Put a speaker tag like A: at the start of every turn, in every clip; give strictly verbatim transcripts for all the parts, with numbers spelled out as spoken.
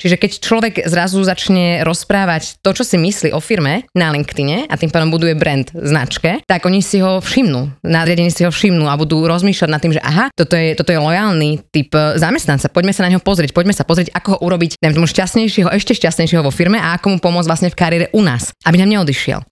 A: Čiže keď človek zrazu začne rozprávať to, čo si myslí o firme na LinkedIne a tým pádom buduje brand značke, tak oni si ho všimnú. Nadriadení si ho všimnú a budú rozmýšľať nad tým, že aha, toto je, toto je lojálny typ zamestnanca. Poďme sa na ňo pozrieť, poďme sa pozrieť, ako ho urobiť, dajme tomu šťastnejšieho, ešte šťastnejšieho vo firme a ako mu pomôcť vlastne v kariére u nás, aby nám neodišiel.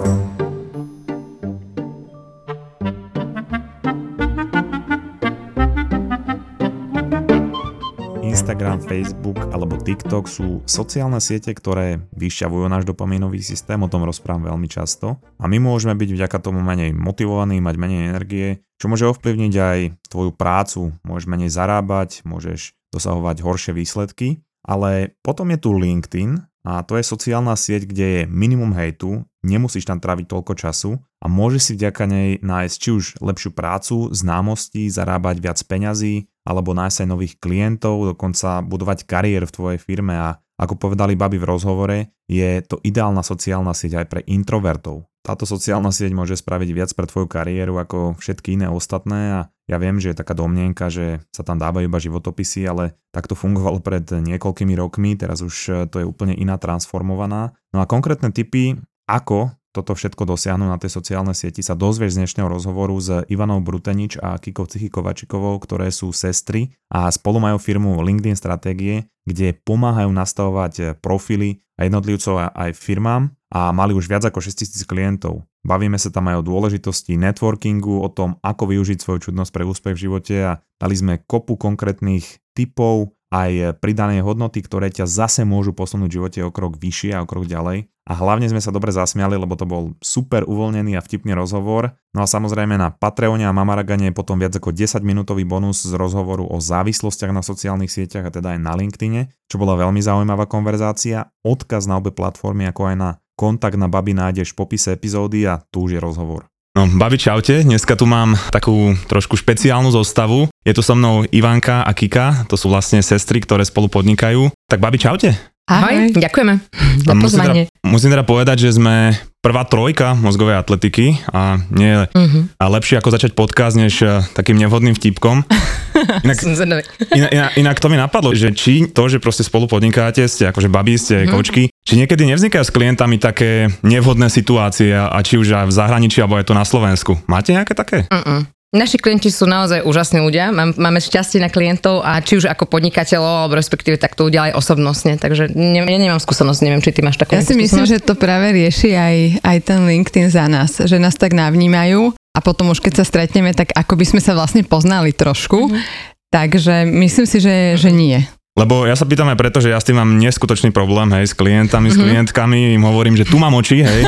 B: Instagram, Facebook alebo TikTok sú sociálne siete, ktoré vyšťavujú náš dopamínový systém, o tom rozprávam veľmi často. A my môžeme byť vďaka tomu menej motivovaní, mať menej energie, čo môže ovplyvniť aj tvoju prácu. Môžeš menej zarábať, môžeš dosahovať horšie výsledky. Ale potom je tu LinkedIn a to je sociálna sieť, kde je minimum hejtu, nemusíš tam tráviť toľko času a môžeš si vďaka nej nájsť či už lepšiu prácu, známosti, zarábať viac peňazí alebo nájsť aj nových klientov, dokonca budovať kariér v tvojej firme a ako povedali babi v rozhovore, je to ideálna sociálna sieť aj pre introvertov. Táto sociálna sieť môže spraviť viac pre tvoju kariéru ako všetky iné ostatné a ja viem, že je taká domnienka, že sa tam dávajú iba životopisy, ale tak to fungovalo pred niekoľkými rokmi, teraz už to je úplne iná transformovaná. No a konkrétne tipy, ako toto všetko dosiahnu na tej sociálnej sieti, sa dozvieš z dnešného rozhovoru s Ivanou Brutenič a Kikou Cichy-Kovačikovou, ktoré sú sestry a spolu majú firmu LinkedIn Stratégie, kde pomáhajú nastavovať profily a jednotlivcov aj firmám a mali už viac ako šesťtisíc klientov. Bavíme sa tam aj o dôležitosti networkingu, o tom, ako využiť svoju čudnosť pre úspech v živote a dali sme kopu konkrétnych tipov, aj pridané hodnoty, ktoré ťa zase môžu posunúť v živote o krok vyššie a o krok ďalej. A hlavne sme sa dobre zasmiali, lebo to bol super uvoľnený a vtipný rozhovor. No a samozrejme na Patreone a Mamaragane je potom viac ako desaťminútový bonus z rozhovoru o závislostiach na sociálnych sieťach a teda aj na LinkedIne, čo bola veľmi zaujímavá konverzácia. Odkaz na obe platformy, ako aj na kontakt na babi nájdeš v popise epizódy a tu už je rozhovor.
C: No, babi, čaute, dneska tu mám takú trošku špeciálnu zostavu. Je tu so mnou Ivanka a Kika, to sú vlastne sestry, ktoré spolu podnikajú. Tak babi, čaute.
A: Ahoj, ďakujeme za pozvanie.
C: Musím teda, musím teda povedať, že sme prvá trojka mozgovej atletiky a nie je uh-huh. lepšie ako začať podcast, než takým nevhodným vtipkom. Inak, inak, inak, inak to mi napadlo, že či to, že proste spolu podnikáte, ste akože babi, ste uh-huh. kočky, či niekedy nevznikajú s klientami také nevhodné situácie a či už aj v zahraničí, alebo je to na Slovensku. Máte nejaké také?
A: Uh-uh. Naši klienti sú naozaj úžasní ľudia, máme šťastie na klientov a či už ako podnikateľov, alebo respektíve takto ľudia aj osobnostne, takže ne, ja nemám skúsenosť, neviem, či ty máš takú
D: Ja si myslím, že to práve rieši aj, aj ten LinkedIn za nás, že nás tak navnímajú a potom už keď sa stretneme, tak ako by sme sa vlastne poznali trošku, mm-hmm. takže myslím si, že, že nie.
C: Lebo ja sa pýtam aj preto, že ja s tým mám neskutočný problém, hej, s klientami, mm-hmm. s klientkami, im hovorím, že tu mám oči, hej.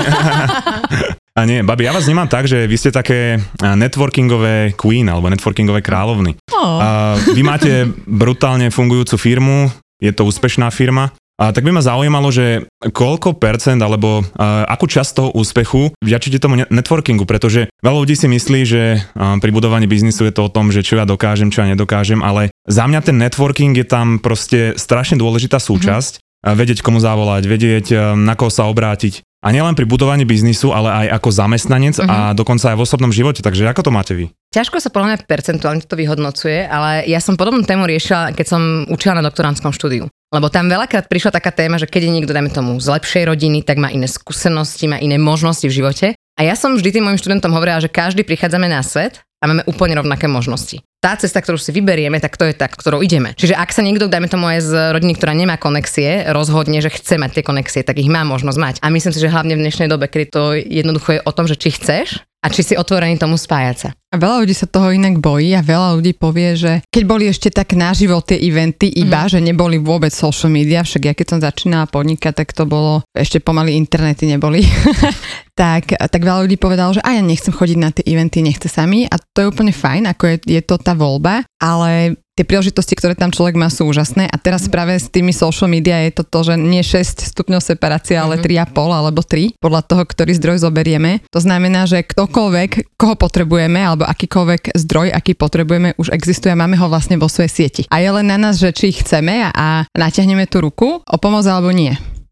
C: A nie, babi, ja vás vnímam tak, že vy ste také networkingové queen, alebo networkingové kráľovny. Oh. A vy máte brutálne fungujúcu firmu, je to úspešná firma. A tak by ma zaujímalo, že koľko percent, alebo uh, akú časť toho úspechu vďačíte tomu networkingu, pretože veľa ľudí si myslí, že uh, pri budovaní biznisu je to o tom, že čo ja dokážem, čo ja nedokážem, ale za mňa ten networking je tam proste strašne dôležitá súčasť. Mm-hmm. Vedieť, komu zavolať, vedieť, na koho sa obrátiť. A nielen pri budovaní biznisu, ale aj ako zamestnanec uh-huh. a dokonca aj v osobnom živote. Takže ako to máte vy?
A: Ťažko sa podľa mňa percentuálne to vyhodnocuje, ale ja som podobnú tému riešila, keď som učila na doktorandskom štúdiu. Lebo tam veľakrát prišla taká téma, že keď je niekto, dajme tomu, z lepšej rodiny, tak má iné skúsenosti, má iné možnosti v živote. A ja som vždy tým mojim študentom hovorila, že každý prichádzame na svet a máme úplne rovnaké možnosti. Tá cesta, ktorú si vyberieme, tak to je tá, ktorou ideme. Čiže ak sa niekto, dajme tomu aj z rodiny, ktorá nemá konexie, rozhodne, že chce mať tie konexie, tak ich má možnosť mať. A myslím si, že hlavne v dnešnej dobe, kedy to jednoducho je o tom, že či chceš a či si otvorený tomu spájať sa. A
D: veľa ľudí sa toho inak bojí a veľa ľudí povie, že keď boli ešte tak naživo tie eventy iba, mm. že neboli vôbec social media, však ja keď som začínala podnikať, tak to bolo, ešte pomaly internety neboli, tak, tak veľa ľudí povedalo, že a ja nechcem chodiť na tie eventy, nechce sa mi a to je úplne fajn, ako je, je to tá voľba, ale tie príležitosti, ktoré tam človek má, sú úžasné a teraz práve s tými social media je to to, že nie šesť stupňov separácie, ale tri a pol alebo tri, podľa toho, ktorý zdroj zoberieme. To znamená, že ktokoľvek, koho potrebujeme, alebo akýkoľvek zdroj, aký potrebujeme, už existuje a máme ho vlastne vo svojej sieti. A je len na nás, že či chceme a natiahneme tú ruku o pomoc alebo nie.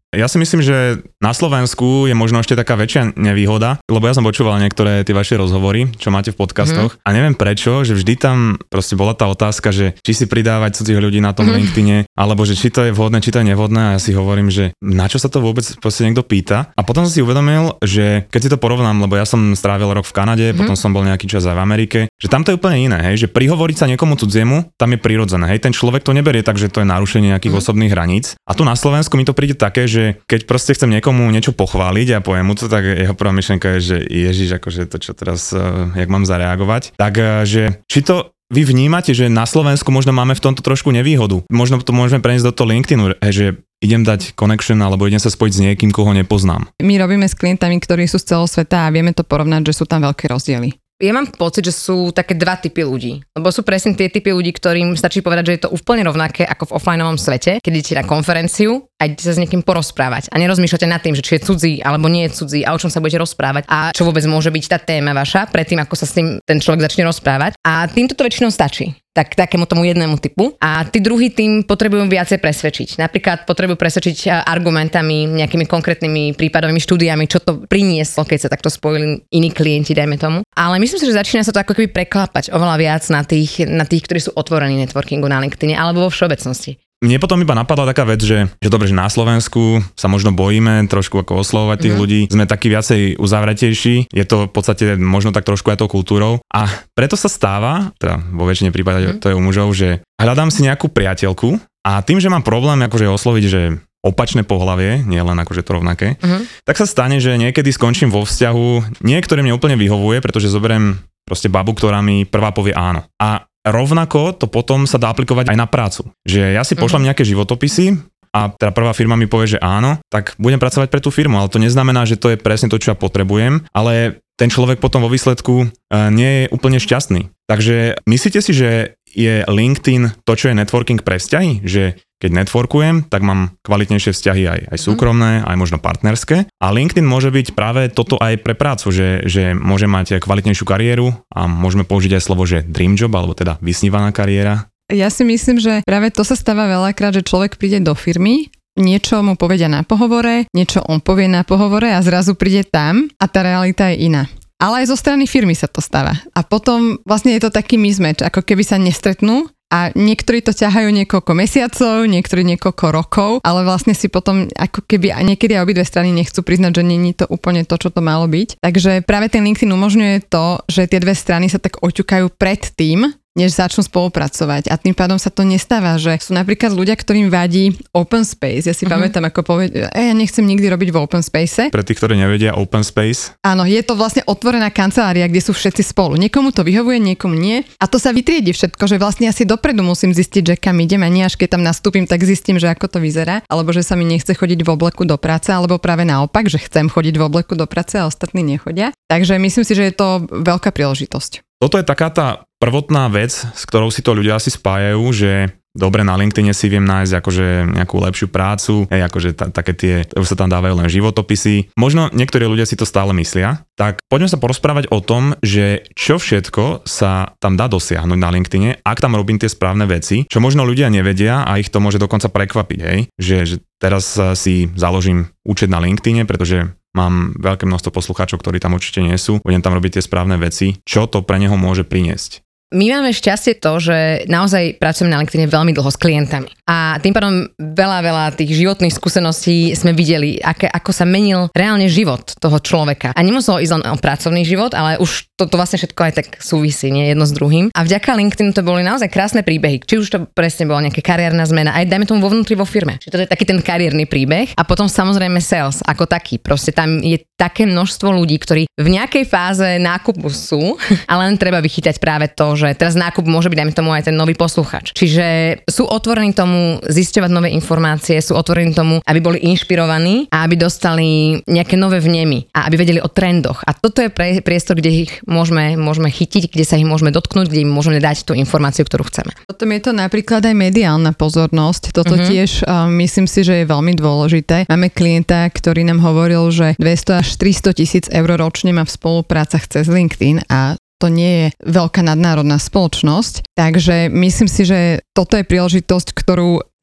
C: Ja si myslím, že na Slovensku je možno ešte taká väčšia nevýhoda, lebo ja som počúval niektoré tie vaše rozhovory, čo máte v podcastoch mm. a neviem prečo, že vždy tam proste bola tá otázka, že či si pridávať cudzích ľudí na tom mm. LinkedIne, alebo že či to je vhodné, či to je nevhodné a ja si hovorím, že na čo sa to vôbec proste niekto pýta. A potom som si uvedomil, že keď si to porovnám, lebo ja som strávil rok v Kanade, mm. potom som bol nejaký čas aj v Amerike, že tam to je úplne iné, hej, že prihovoriť sa niekomu cudziemu, tam je prirodzené, hej, ten človek to neberie tak, že to je narušenie nejakých mm. osobných hraníc. A tu na Slovensku mi to príde také, že keď proste chcem niekomu niečo pochváliť a poviem mu to, tak jeho prvá myšlienka je, že Ježiš, akože to čo teraz, uh, jak mám zareagovať. Tak, uh, že či to vy vnímate, že na Slovensku možno máme v tomto trošku nevýhodu. Možno to môžeme preniesť do toho LinkedInu, že idem dať connection alebo idem sa spojiť s niekým, koho nepoznám. My
D: robíme s klientami, ktorí sú z celého sveta a vieme to porovnať, že sú tam veľké rozdiely.
A: Ja mám pocit, že sú také dva typy ľudí. Lebo sú presne tie typy ľudí, ktorým stačí povedať, že je to úplne rovnaké ako v offlineovom svete, keď idete na konferenciu a idete sa s niekým porozprávať a nerozmýšľate nad tým, že či je cudzí alebo nie je cudzí a o čom sa budete rozprávať a čo vôbec môže byť tá téma vaša predtým, ako sa s tým ten človek začne rozprávať. A týmto to väčšinou stačí. Tak takému tomu jednému typu. A tí druhý tým potrebujú viacej presvedčiť. Napríklad potrebujú presvedčiť argumentami, nejakými konkrétnymi prípadovými štúdiami, čo to prinieslo, keď sa takto spojili iní klienti, dajme tomu. Ale myslím si, že začína sa to ako keby preklápať oveľa viac na tých, na tých, ktorí sú otvorení networkingu na LinkedIne alebo vo všeobecnosti.
C: Mne potom iba napadla taká vec, že, že dobre, že na Slovensku sa možno bojíme trošku ako oslovovať tých mm. ľudí, sme takí viacej uzavretejší, je to v podstate možno tak trošku aj tou kultúrou a preto sa stáva, teda vo väčšine prípadov mm. to je u mužov, že hľadám si nejakú priateľku a tým, že mám problém akože osloviť, že opačné pohlavie, nie len akože to rovnaké, mm. tak sa stane, že niekedy skončím vo vzťahu, niektorý mne úplne vyhovuje, pretože zoberiem proste babu, ktorá mi prvá povie áno. A rovnako to potom sa dá aplikovať aj na prácu. Že ja si pošlem nejaké životopisy a teda prvá firma mi povie, že áno, tak budem pracovať pre tú firmu, ale to neznamená, že to je presne to, čo ja potrebujem, ale ten človek potom vo výsledku nie je úplne šťastný. Takže myslíte si, že je LinkedIn to, čo je networking pre vzťahy? Že keď networkujem, tak mám kvalitnejšie vzťahy aj, aj súkromné, aj možno partnerské. A LinkedIn môže byť práve toto aj pre prácu, že, že môže mať kvalitnejšiu kariéru a môžeme použiť aj slovo, že dream job, alebo teda vysnívaná kariéra.
D: Ja si myslím, že práve to sa stáva veľakrát, že človek príde do firmy, niečo mu povedia na pohovore, niečo on povie na pohovore a zrazu príde tam a tá realita je iná. Ale aj zo strany firmy sa to stáva. A potom vlastne je to taký mismatch, ako keby sa nestretnú a niektorí to ťahajú niekoľko mesiacov, niektorí niekoľko rokov, ale vlastne si potom ako keby a niekedy aj obidve strany nechcú priznať, že nie je to úplne to, čo to malo byť. Takže práve ten LinkedIn umožňuje to, že tie dve strany sa tak oťukajú pred tým, než začnú spolupracovať. A tým pádom sa to nestáva, že sú napríklad ľudia, ktorým vadí open space. Ja si uh-huh. pamätám, ako povedať, e, ja nechcem nikdy robiť v open space.
C: Pre tých, ktorí nevedia, open space.
D: Áno, je to vlastne otvorená kancelária, kde sú všetci spolu. Niekomu to vyhovuje, niekomu nie. A to sa vytriedi všetko, že vlastne asi dopredu musím zistiť, že kam idem a nie až keď tam nastúpim, tak zistím, že ako to vyzerá, alebo že sa mi nechce chodiť v obleku do práce, alebo práve naopak, že chcem chodiť v obleku do práce a ostatní nechodia. Takže myslím si, že je to veľká príležitosť.
C: Toto je taká tá prvotná vec, s ktorou si to ľudia asi spájajú, že dobre, na LinkedIne si viem nájsť akože nejakú lepšiu prácu, hej, akože t- také tie, už sa tam dávajú len životopisy. Možno niektorí ľudia si to stále myslia. Tak poďme sa porozprávať o tom, že čo všetko sa tam dá dosiahnuť na LinkedIne, ak tam robím tie správne veci, čo možno ľudia nevedia a ich to môže dokonca prekvapiť, hej, že, že teraz si založím účet na LinkedIne, pretože mám veľké množstvo poslucháčov, ktorí tam určite nie sú, budem tam robiť tie správne veci, čo to pre neho môže priniesť.
A: My máme šťastie to, že naozaj pracujeme na LinkedIne veľmi dlho s klientami. A tým pádom veľa, veľa tých životných skúseností sme videli, aké, ako sa menil reálne život toho človeka. A nemuselo ísť len o pracovný život, ale už to, to vlastne všetko aj tak súvisí, nie jedno s druhým. A vďaka LinkedInu to boli naozaj krásne príbehy. Či už to presne bola nejaká kariérna zmena, aj dajme tomu vo vnútri vo firme. Čiže to je taký ten kariérny príbeh. A potom samozrejme sales ako taký. Proste tam je také množstvo ľudí, ktorí v nejakej fáze nákupu sú, ale len treba vychytať práve to, že teraz nákup môže byť, dajme tomu, aj ten nový posluchač. Čiže sú otvorení tomu zisťovať nové informácie, sú otvorení tomu, aby boli inšpirovaní a aby dostali nejaké nové vnemy a aby vedeli o trendoch. A toto je pre, priestor, kde ich môžeme, môžeme chytiť, kde sa ich môžeme dotknúť, kde im môžeme dať tú informáciu, ktorú chceme.
D: Potom je to napríklad aj mediálna pozornosť. Toto uh-huh. tiež uh, myslím si, že je veľmi dôležité. Máme klienta, ktorý nám hovoril, že dvesto až tristo tisíc eur ročne má v spoluprácach cez LinkedIn a to nie je veľká nadnárodná spoločnosť, takže myslím si, že toto je príležitosť, ktorú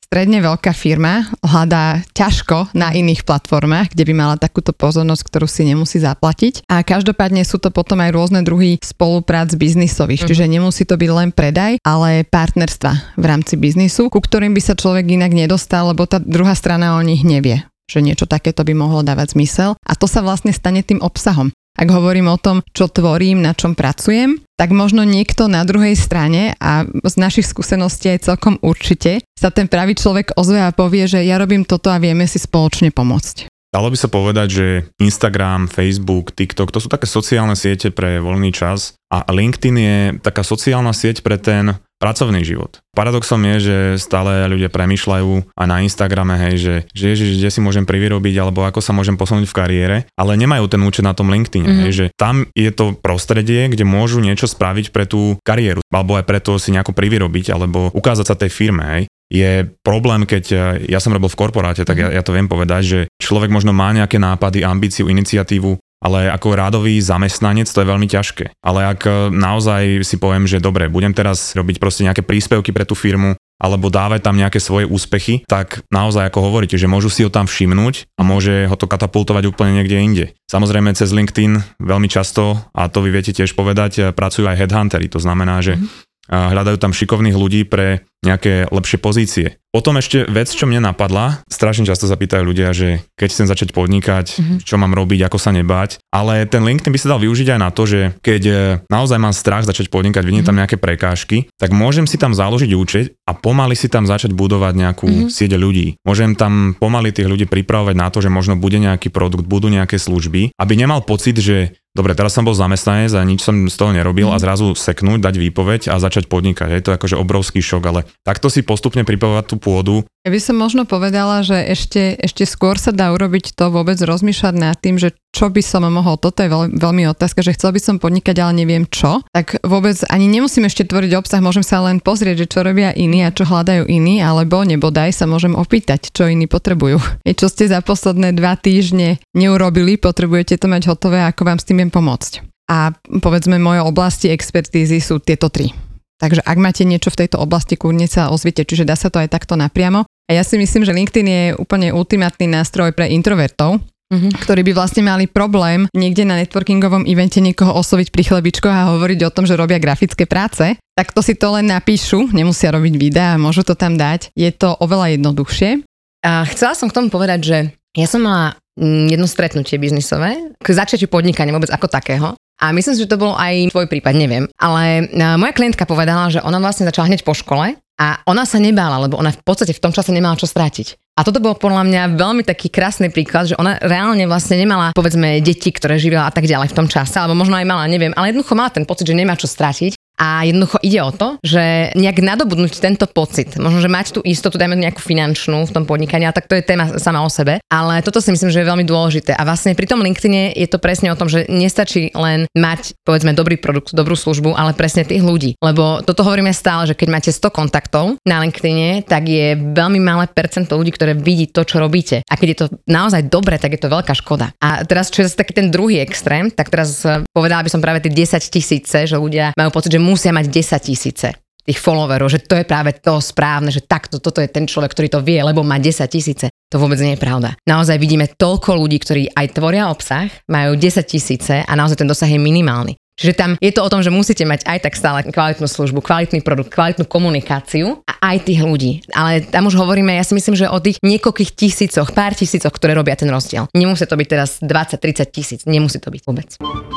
D: stredne veľká firma hľadá ťažko na iných platformách, kde by mala takúto pozornosť, ktorú si nemusí zaplatiť. A každopádne sú to potom aj rôzne druhy spoluprác biznisových, mm. čiže nemusí to byť len predaj, ale partnerstva v rámci biznisu, ku ktorým by sa človek inak nedostal, lebo tá druhá strana o nich nevie, že niečo takéto by mohlo dávať zmysel. A to sa vlastne stane tým obsahom. Ak hovorím o tom, čo tvorím, na čom pracujem, tak možno niekto na druhej strane, a z našich skúseností aj celkom určite, sa ten pravý človek ozve a povie, že ja robím toto a vieme si spoločne pomôcť.
C: Dalo by sa povedať, že Instagram, Facebook, TikTok, to sú také sociálne siete pre voľný čas a LinkedIn je taká sociálna sieť pre ten pracovný život. Paradoxom je, že stále ľudia premýšľajú aj na Instagrame, hej, že, že ježiš, kde si môžem privyrobiť alebo ako sa môžem posunúť v kariére, ale nemajú ten účet na tom LinkedIn, mm-hmm. hej, že tam je to prostredie, kde môžu niečo spraviť pre tú kariéru alebo aj preto si nejako privyrobiť alebo ukázať sa tej firme, hej. Je problém, keď ja som robil v korporáte, tak ja, ja to viem povedať, že človek možno má nejaké nápady, ambíciu, iniciatívu, ale ako rádový zamestnanec to je veľmi ťažké. Ale ak naozaj si poviem, že dobre, budem teraz robiť proste nejaké príspevky pre tú firmu, alebo dávať tam nejaké svoje úspechy, tak naozaj ako hovoríte, že môžu si ho tam všimnúť a môže ho to katapultovať úplne niekde inde. Samozrejme cez LinkedIn veľmi často, a to vy viete tiež povedať, pracujú aj headhuntery, to znamená, že hľadajú tam šikovných ľudí pre nejaké lepšie pozície. Potom ešte vec, čo mne napadla, strašne často sa pýtajú ľudia, že keď chcem začať podnikať, mm-hmm. čo mám robiť, ako sa nebáť, ale ten LinkedIn by sa dal využiť aj na to, že keď naozaj mám strach začať podnikať, vidím mm-hmm. tam nejaké prekážky, tak môžem si tam založiť účet a pomaly si tam začať budovať nejakú mm-hmm. sieť ľudí. Môžem tam pomaly tých ľudí pripravovať na to, že možno bude nejaký produkt, budú nejaké služby, aby nemal pocit, že dobre, teraz som bol zamestnanec a nič som z toho nerobil mm. a zrazu seknúť, dať výpoveď a začať podnikať. Je to akože obrovský šok, ale takto si postupne pripravovať tú pôdu.
D: Ja by som možno povedala, že ešte, ešte skôr sa dá urobiť to vôbec rozmýšľať nad tým, že čo by som mohol, toto je veľ, veľmi otázka, že chcel by som podnikať, ale neviem čo, tak vôbec ani nemusím ešte tvoriť obsah, môžem sa len pozrieť, že čo robia iní a čo hľadajú iní, alebo nebodaj sa môžem opýtať, čo iní potrebujú. Je, čo ste za posledné dva týždne neurobili, potrebujete to mať hotové, ako vám s tým viem pomôcť. A povedzme, moje oblasti expertízy sú tieto tri. Takže ak máte niečo v tejto oblasti, kľudne sa ozvite, čiže dá sa to aj takto napriamo. A ja si myslím, že LinkedIn je úplne ultimátny nástroj pre introvertov, mm-hmm. ktorí by vlastne mali problém niekde na networkingovom evente niekoho osloviť pri chlebičkoch a hovoriť o tom, že robia grafické práce. Tak to si to len napíšu, nemusia robiť videá, môžu to tam dať. Je to oveľa jednoduchšie.
A: A chcela som k tomu povedať, že ja som mala jedno stretnutie biznisové k začiatiu podnikania vôbec ako takého. A myslím si, že to bol aj tvoj prípad, neviem. Ale moja klientka povedala, že ona vlastne začala hneď po škole a ona sa nebála, lebo ona v podstate v tom čase nemala čo stratiť. A toto bol podľa mňa veľmi taký krásny príklad, že ona reálne vlastne nemala, povedzme, deti, ktoré živila a tak ďalej v tom čase, alebo možno aj mala, neviem, ale jednoducho mala ten pocit, že nemá čo stratiť. A jednoducho ide o to, že nejak nadobudnúť tento pocit. Možno, že mať tú istotu, dajme nejakú finančnú v tom podnikaní, a tak to je téma sama o sebe. Ale toto si myslím, že je veľmi dôležité. A vlastne pri tom LinkedIne je to presne o tom, že nestačí len mať, povedzme, dobrý produkt, dobrú službu, ale presne tých ľudí. Lebo toto hovoríme stále, že keď máte sto kontaktov na LinkedIne, tak je veľmi malé percento ľudí, ktoré vidí to, čo robíte. A keď je to naozaj dobre, tak je to veľká škoda. A teraz, čo je zase taký ten druhý extrém, tak teraz povedala by som práve tie desať tisíce, že ľudia majú pocit, že musia mať desať tisíce tých followerov, že to je práve to správne, že takto, toto je ten človek, ktorý to vie, lebo má desať tisíce. To vôbec nie je pravda. Naozaj vidíme toľko ľudí, ktorí aj tvoria obsah, majú desať tisíce a naozaj ten dosah je minimálny. Čiže tam je to o tom, že musíte mať aj tak stále kvalitnú službu, kvalitný produkt, kvalitnú komunikáciu a aj tých ľudí. Ale tam už hovoríme, ja si myslím, že o tých niekoľkých tisícoch, pár tisícoch, ktoré robia ten rozdiel. Nemusí to byť teraz dvadsať tridsať tisíc, nemusí to byť vôbec.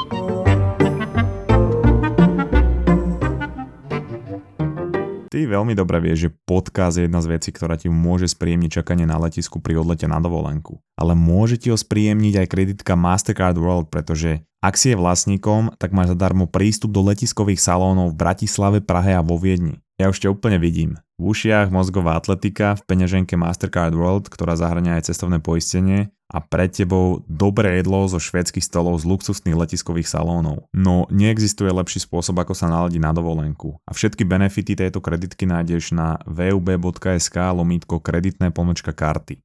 B: Ty veľmi dobre vieš, že podcast je jedna z vecí, ktorá ti môže spríjemniť čakanie na letisku pri odlete na dovolenku. Ale môže ti ho spríjemniť aj kreditka Mastercard World, pretože ak si je vlastníkom, tak máš zadarmo prístup do letiskových salónov v Bratislave, Prahe a vo Viedni. Ja už ťa úplne vidím. V ušiach mozgová atletika, v peňaženke Mastercard World, ktorá zahŕňa aj cestovné poistenie a pred tebou dobré jedlo zo švédskych stolov z luxusných letiskových salónov. No neexistuje lepší spôsob, ako sa naladiť na dovolenku. A všetky benefity tejto kreditky nájdeš na vub.sk lomítko kreditné pomočka karty.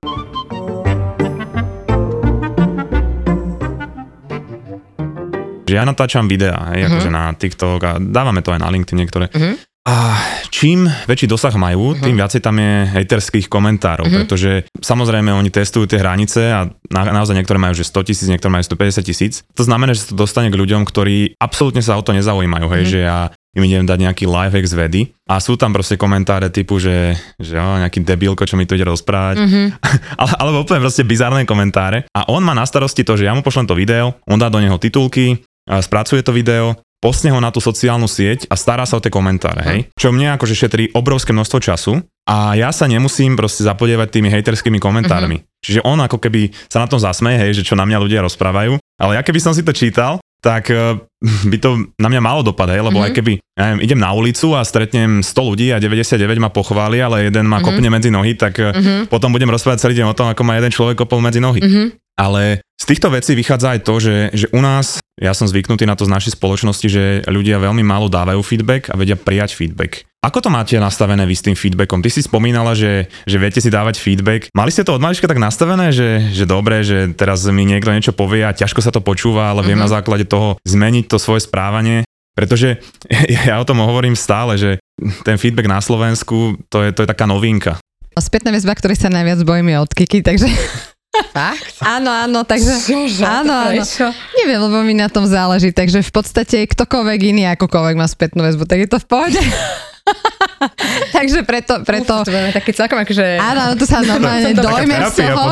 C: Ja natáčam videá, hej, uh-huh. akože na TikTok a dávame to aj na LinkedIn niektoré. Uh-huh. A čím väčší dosah majú, uh-huh. tým viacej tam je hejterských komentárov, uh-huh. pretože samozrejme oni testujú tie hranice a na, naozaj niektoré majú že sto tisíc, niektoré majú stopäťdesiat tisíc. To znamená, že sa to dostane k ľuďom, ktorí absolútne sa o to nezaujímajú, hej, uh-huh. že ja im idem dať nejaký lifehack z vedy a sú tam proste komentáre typu, že, že jo, nejaký debilko, čo mi tu ide rozprávať, uh-huh. ale, alebo úplne proste bizarné komentáre a on má na starosti to, že ja mu pošlem to video, on dá do neho titulky, spracuje to video, postne ho na tú sociálnu sieť a stará sa o tie komentáre, hej. Čo mne akože šetrí obrovské množstvo času a ja sa nemusím proste zapodievať tými hejterskými komentármi. Uh-huh. Čiže on ako keby sa na tom zasmeje, hej, že čo na mňa ľudia rozprávajú, ale ja keby som si to čítal, tak by to na mňa malo dopad, hej, lebo uh-huh. aj keby, ja neviem, idem na ulicu a stretnem sto ľudí a deväťdesiatdeväť ma pochváli, ale jeden ma uh-huh. kopne medzi nohy, tak uh-huh. potom budem rozprávať celý deň o tom, ako ma jeden človek kopol medzi nohy. Uh-huh. Ale z týchto vecí vychádza aj to, že, že u nás, ja som zvyknutý na to z našej spoločnosti, že ľudia veľmi málo dávajú feedback a vedia prijať feedback. Ako to máte nastavené vy s tým feedbackom? Ty si spomínala, že, že viete si dávať feedback. Mali ste to od malička tak nastavené, že, že dobre, že teraz mi niekto niečo povie a ťažko sa to počúva, ale viem mm-hmm. na základe toho zmeniť to svoje správanie? Pretože ja o tom hovorím stále, že ten feedback na Slovensku, to je, to je taká novinka.
D: Spätná väzba, ktorej sa najviac bojím, je od Kiki, takže...
A: Fakt?
D: Áno, áno, takže...
A: Čože,
D: áno, áno. Neviem, lebo mi na tom záleží, takže v podstate ktokoľvek iný, akokoľvek má spätnú väzbu, tak je to v pohode. Takže preto... preto...
A: Uf, to je taký celkom akože...
D: Áno, áno, to sa normálne dojme z toho.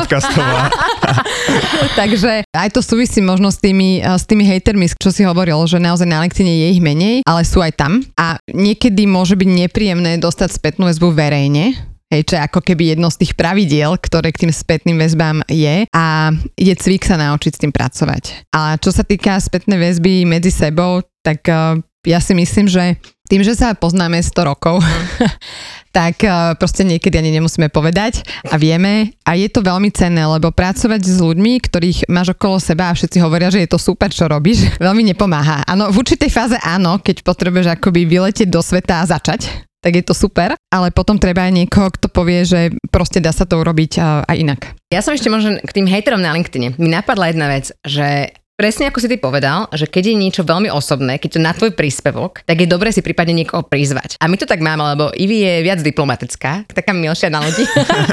D: Takže aj to súvisí možno s tými, s tými hejtermi, čo si hovoril, že naozaj na LinkedIne je ich menej, ale sú aj tam. A niekedy môže byť nepríjemné dostať spätnú väzbu verejne. Hej, čo je ako keby jedno z tých pravidiel, ktoré k tým spätným väzbám je a je cvik sa naučiť s tým pracovať. A čo sa týka spätnej väzby medzi sebou, tak uh, ja si myslím, že tým, že sa poznáme sto rokov, tak uh, proste niekedy ani nemusíme povedať a vieme a je to veľmi cenné, lebo pracovať s ľuďmi, ktorých máš okolo seba a všetci hovoria, že je to super, čo robíš, veľmi nepomáha. Áno, v určitej fáze áno, keď potrebuješ akoby vyletieť do sveta a začať, tak je to super, ale potom treba aj niekoho, kto povie, že proste dá sa to urobiť aj inak.
A: Ja som ešte možno k tým hejterom na LinkedIne. Mi napadla jedna vec, že presne ako si ty povedal, že keď je niečo veľmi osobné, keď to na tvoj príspevok, tak je dobré si prípadne niekoho prizvať. A my to tak máme, lebo Ivy je viac diplomatická, taká milšia na ľudí.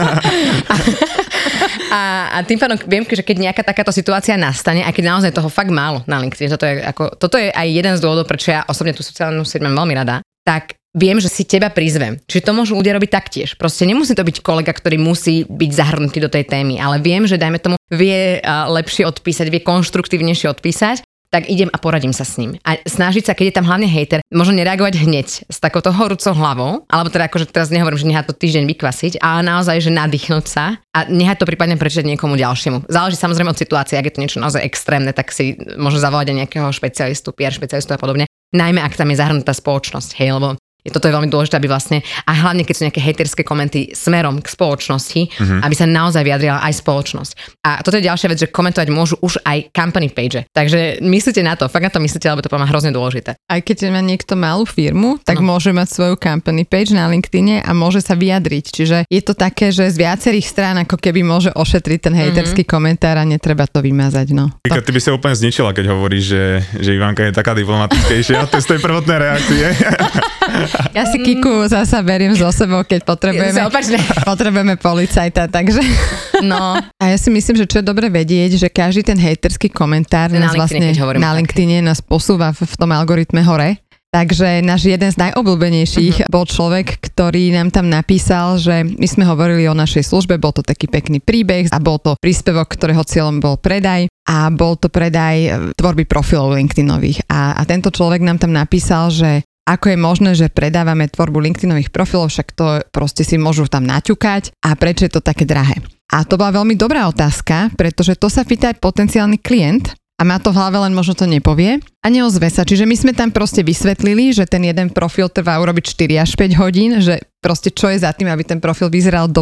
A: A, a tým pádom viem, že keď nejaká takáto situácia nastane, a keď naozaj toho fakt málo na LinkedIn, toto je, ako, toto je aj jeden z dôvodov, prečo ja osobne tú sociálnu sieť mám veľmi rada, tak viem, že si teba prizvem. Čiže to môžu ľudia robiť taktiež. Proste nemusí to byť kolega, ktorý musí byť zahrnutý do tej témy, ale viem, že dajme tomu vie lepšie odpísať, vie konštruktívnejšie odpísať, tak idem a poradím sa s ním. A snažiť sa, keď je tam hlavne hejter, možno nereagovať hneď s takouto horúcou hlavou, alebo teda akože teraz nehovorím, že nechať to týždeň vykvasiť, ale naozaj, že nadýchnúť sa a nechať to prípadne prečítať niekomu ďalšiemu. Záleží samozrejme od situácie, ak je to niečo naozaj extrémne, tak si možno zavolať aj nejakého špecialistu, pé er špecialistu a podobne. Najmä ak tam je zahrnutá spoločnosť, hej, lebo je toto je veľmi dôležité, aby vlastne, a hlavne keď sú nejaké hejterské komenty smerom k spoločnosti, mm-hmm. aby sa naozaj vyjadrila aj spoločnosť. A toto je ďalšia vec, že komentovať môžu už aj company page. Takže myslíte na to, fakt na to myslíte, lebo to je hrozne dôležité.
D: Aj keď má niekto malú firmu, tak no. môže mať svoju company page na LinkedIne a môže sa vyjadriť. Čiže je to také, že z viacerých strán ako keby môže ošetriť ten hejterský mm-hmm. komentár a netreba to vymazať. No.
C: Ty, ty by sa úplne zničila, keď hovoríš, že, že Ivanka je taká diplomatickejšia. To je z tej prvotnej reakcie.
D: Ja si Kiku zasa beriem zo sebou, keď potrebujeme, potrebujeme policajta, takže... No. A ja si myslím, že čo je dobre vedieť, že každý ten hejterský komentár nás
A: na
D: vlastne na LinkedIne nás posúva v, v tom algoritme hore. Takže náš jeden z najobľúbenejších uh-huh. bol človek, ktorý nám tam napísal, že my sme hovorili o našej službe, bol to taký pekný príbeh a bol to príspevok, ktorého cieľom bol predaj a bol to predaj tvorby profilov LinkedInových. A, a tento človek nám tam napísal, že ako je možné, že predávame tvorbu LinkedInových profilov, však to proste si môžu tam naťukať a prečo je to také drahé. A to bola veľmi dobrá otázka, pretože to sa pýta aj potenciálny klient a má to v hlave, len možno to nepovie a neozve sa. Čiže my sme tam proste vysvetlili, že ten jeden profil trvá urobiť štyri až päť hodín, že proste čo je za tým, aby ten profil vyzeral dobre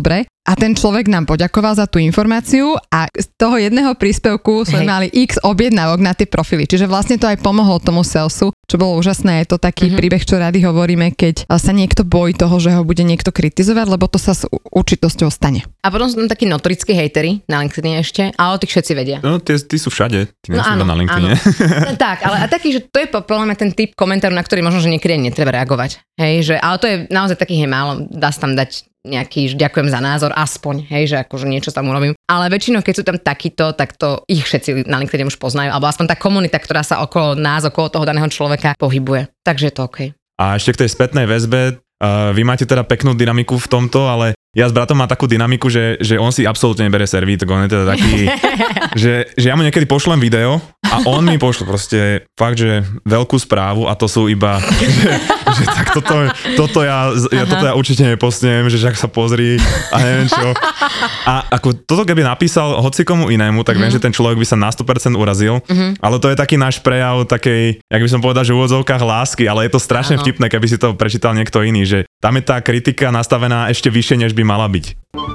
D: a ten človek nám poďakoval za tú informáciu a z toho jedného príspevku sme Hej. mali x objednávok na tie profily. Čiže vlastne to aj pomohlo tomu salesu, čo bolo úžasné. Je to taký mm-hmm. príbeh, čo rady hovoríme, keď sa niekto bojí toho, že ho bude niekto kritizovať, lebo to sa s určitosťou stane.
A: A potom sú tam takí notorickí hejteri na LinkedIn ešte, ale o tých všetci vedia.
C: No, tí, tí sú všade, tí nie
A: no,
C: sú
A: áno,
C: na LinkedIn.
A: Tak, ale a taký, že to je podľa mňa ten typ komentáru, na ktorý možno, že niekedy netreba reagovať. Hej, že, ale to je naozaj takých je málo, dá sa tam dať nejaký, že ďakujem za názor, aspoň, hej, že akože niečo tam urobím. Ale väčšinou, keď sú tam takíto, tak to ich všetci na LinkedIn už poznajú, alebo aspoň tá komunita, ktorá sa okolo nás, okolo toho daného človeka pohybuje. Takže je to OK.
C: A ešte k tej spätnej väzbe, uh, vy máte teda peknú dynamiku v tomto, ale ja s bratom mám takú dynamiku, že, že on si absolútne nebere servítok, on je teda taký, že, že ja mu niekedy pošlem video a on mi pošle proste fakt, že veľkú správu a to sú iba, že, že tak toto, toto, ja, ja, toto ja určite nepostnem, že však sa pozri a neviem čo. A ako toto keby napísal hocikomu inému, tak mm-hmm. viem, že ten človek by sa na sto percent urazil, mm-hmm. ale to je taký náš prejav takej, jak by som povedal, že v úvodzovkách lásky, ale je to strašne ano. Vtipné, keby si to prečítal niekto iný, že tam je tá kritika nastavená ešte vyššie, než by mala byť.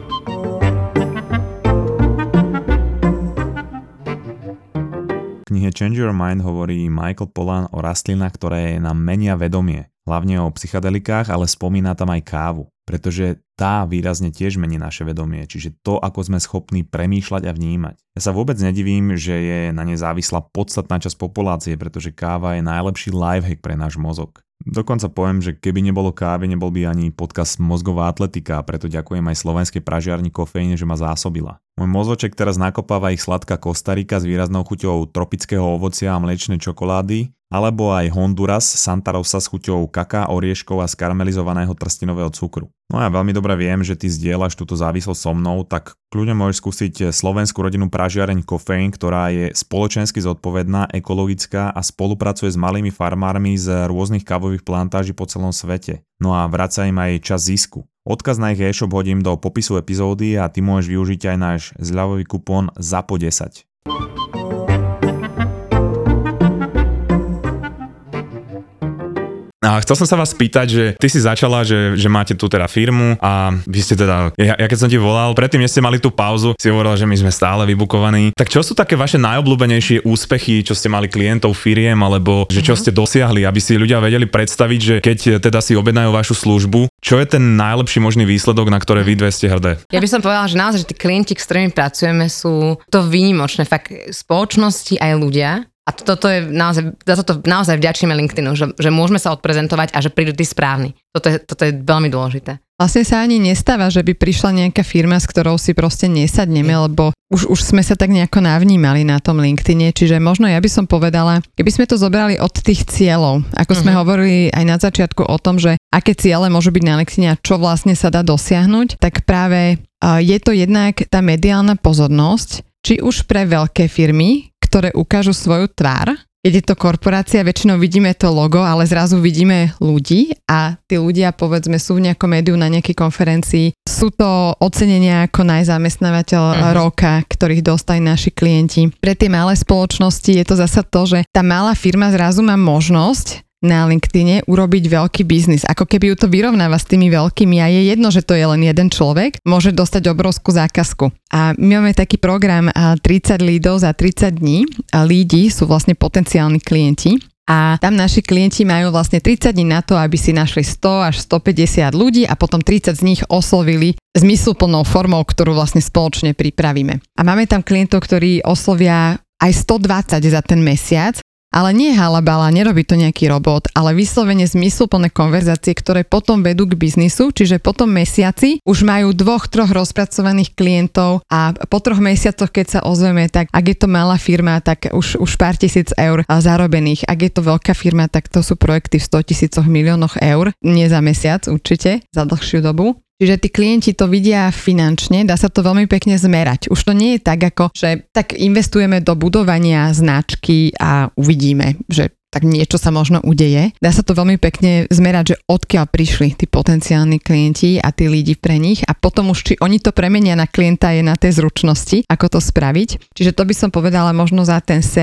B: V knihe Change Your Mind hovorí Michael Pollan o rastlinách, ktoré nám menia vedomie. Hlavne o psychedelikách, ale spomína tam aj kávu. Pretože tá výrazne tiež mení naše vedomie, čiže to, ako sme schopní premýšľať a vnímať. Ja sa vôbec nedivím, že je na ne závislá podstatná časť populácie, pretože káva je najlepší lifehack pre náš mozog. Dokonca poviem, že keby nebolo kávy, nebol by ani podcast Mozgová atletika, preto ďakujem aj slovenskej pražiarni Kofeíne, že ma zásobila. Môj mozoček teraz nakopáva ich sladká Kostarika s výraznou chuťou tropického ovocia a mliečnej čokolády, alebo aj Honduras, Santa Rosa s chuťou kaká, orieškov a skaramelizovaného trstinového cukru. No ja veľmi dobre viem, že ty zdieľaš túto závislosť so mnou, tak kľudne môžeš skúsiť slovenskú rodinnú pražiareň Kofeín, ktorá je spoločensky zodpovedná, ekologická a spolupracuje s malými farmármi z rôznych kávových plantáží po celom svete. No a vracia im aj čas zisku. Odkaz na ich e-shop hodím do popisu epizódy a ty môžeš využiť aj náš zľavový kupón ZAPO desať.
C: A chcel som sa vás spýtať, že ty si začala, že, že máte tu teda firmu a vy ste teda, ja, ja keď som ti volal, predtým, než ste mali tú pauzu, si hovorila, že my sme stále vybukovaní. Tak čo sú také vaše najobľúbenejšie úspechy, čo ste mali klientov, firiem, alebo že čo ste dosiahli, aby si ľudia vedeli predstaviť, že keď teda si objednajú vašu službu, čo je ten najlepší možný výsledok, na ktoré vy dve ste hrdé?
A: Ja by som povedala, že naozaj, že tí klienti, s ktorými pracujeme, sú to výnimočné, fakt spoločnosti aj ľudia. A toto je naozaj, za toto naozaj vďačíme LinkedInu, že, že môžeme sa odprezentovať a že prídu tí správni. Toto je, toto je veľmi dôležité.
D: Vlastne sa ani nestáva, že by prišla nejaká firma, s ktorou si proste nesadneme, lebo už, už sme sa tak nejako navnímali na tom LinkedIne, čiže možno ja by som povedala, keby sme to zobrali od tých cieľov, ako sme uh-huh. hovorili aj na začiatku o tom, že aké ciele môžu byť na LinkedIne a čo vlastne sa dá dosiahnuť, tak práve uh, je to jednak tá mediálna pozornosť, či už pre veľké firmy, ktoré ukážu svoju tvár. Keď je to korporácia, väčšinou vidíme to logo, ale zrazu vidíme ľudí a tí ľudia, povedzme, sú v nejakom médiu na nejakej konferencii. Sú to ocenenia ako najzamestnávateľ uh-huh. roka, ktorých dostali naši klienti. Pre tie malé spoločnosti je to zasa to, že tá malá firma zrazu má možnosť na LinkedIne urobiť veľký biznis. Ako keby ju to vyrovnáva s tými veľkými a je jedno, že to je len jeden človek, môže dostať obrovskú zákazku. A my máme taký program tridsať lídov za tridsať dní a lídi sú vlastne potenciálni klienti. A tam naši klienti majú vlastne tridsať dní na to, aby si našli sto až stopäťdesiat ľudí a potom tridsať z nich oslovili zmysluplnou formou, ktorú vlastne spoločne pripravíme. A máme tam klientov, ktorí oslovia aj stodvadsať za ten mesiac, ale nie halabala, nerobí to nejaký robot, ale vyslovene zmysluplné konverzácie, ktoré potom vedú k biznisu, čiže po tom mesiaci už majú dvoch, troch rozpracovaných klientov a po troch mesiacoch, keď sa ozveme, tak ak je to malá firma, tak už, už pár tisíc eur zarobených. Ak je to veľká firma, tak to sú projekty v sto tisícoch miliónoch eur, nie za mesiac určite, za dlhšiu dobu. Čiže tí klienti to vidia finančne, dá sa to veľmi pekne zmerať. Už to nie je tak, ako že tak investujeme do budovania značky a uvidíme, že tak niečo sa možno udeje. Dá sa to veľmi pekne zmerať, že odkiaľ prišli tí potenciálni klienti a tí lídi pre nich a potom už či oni to premenia na klienta je na tej zručnosti, ako to spraviť. Čiže to by som povedala možno za ten sales.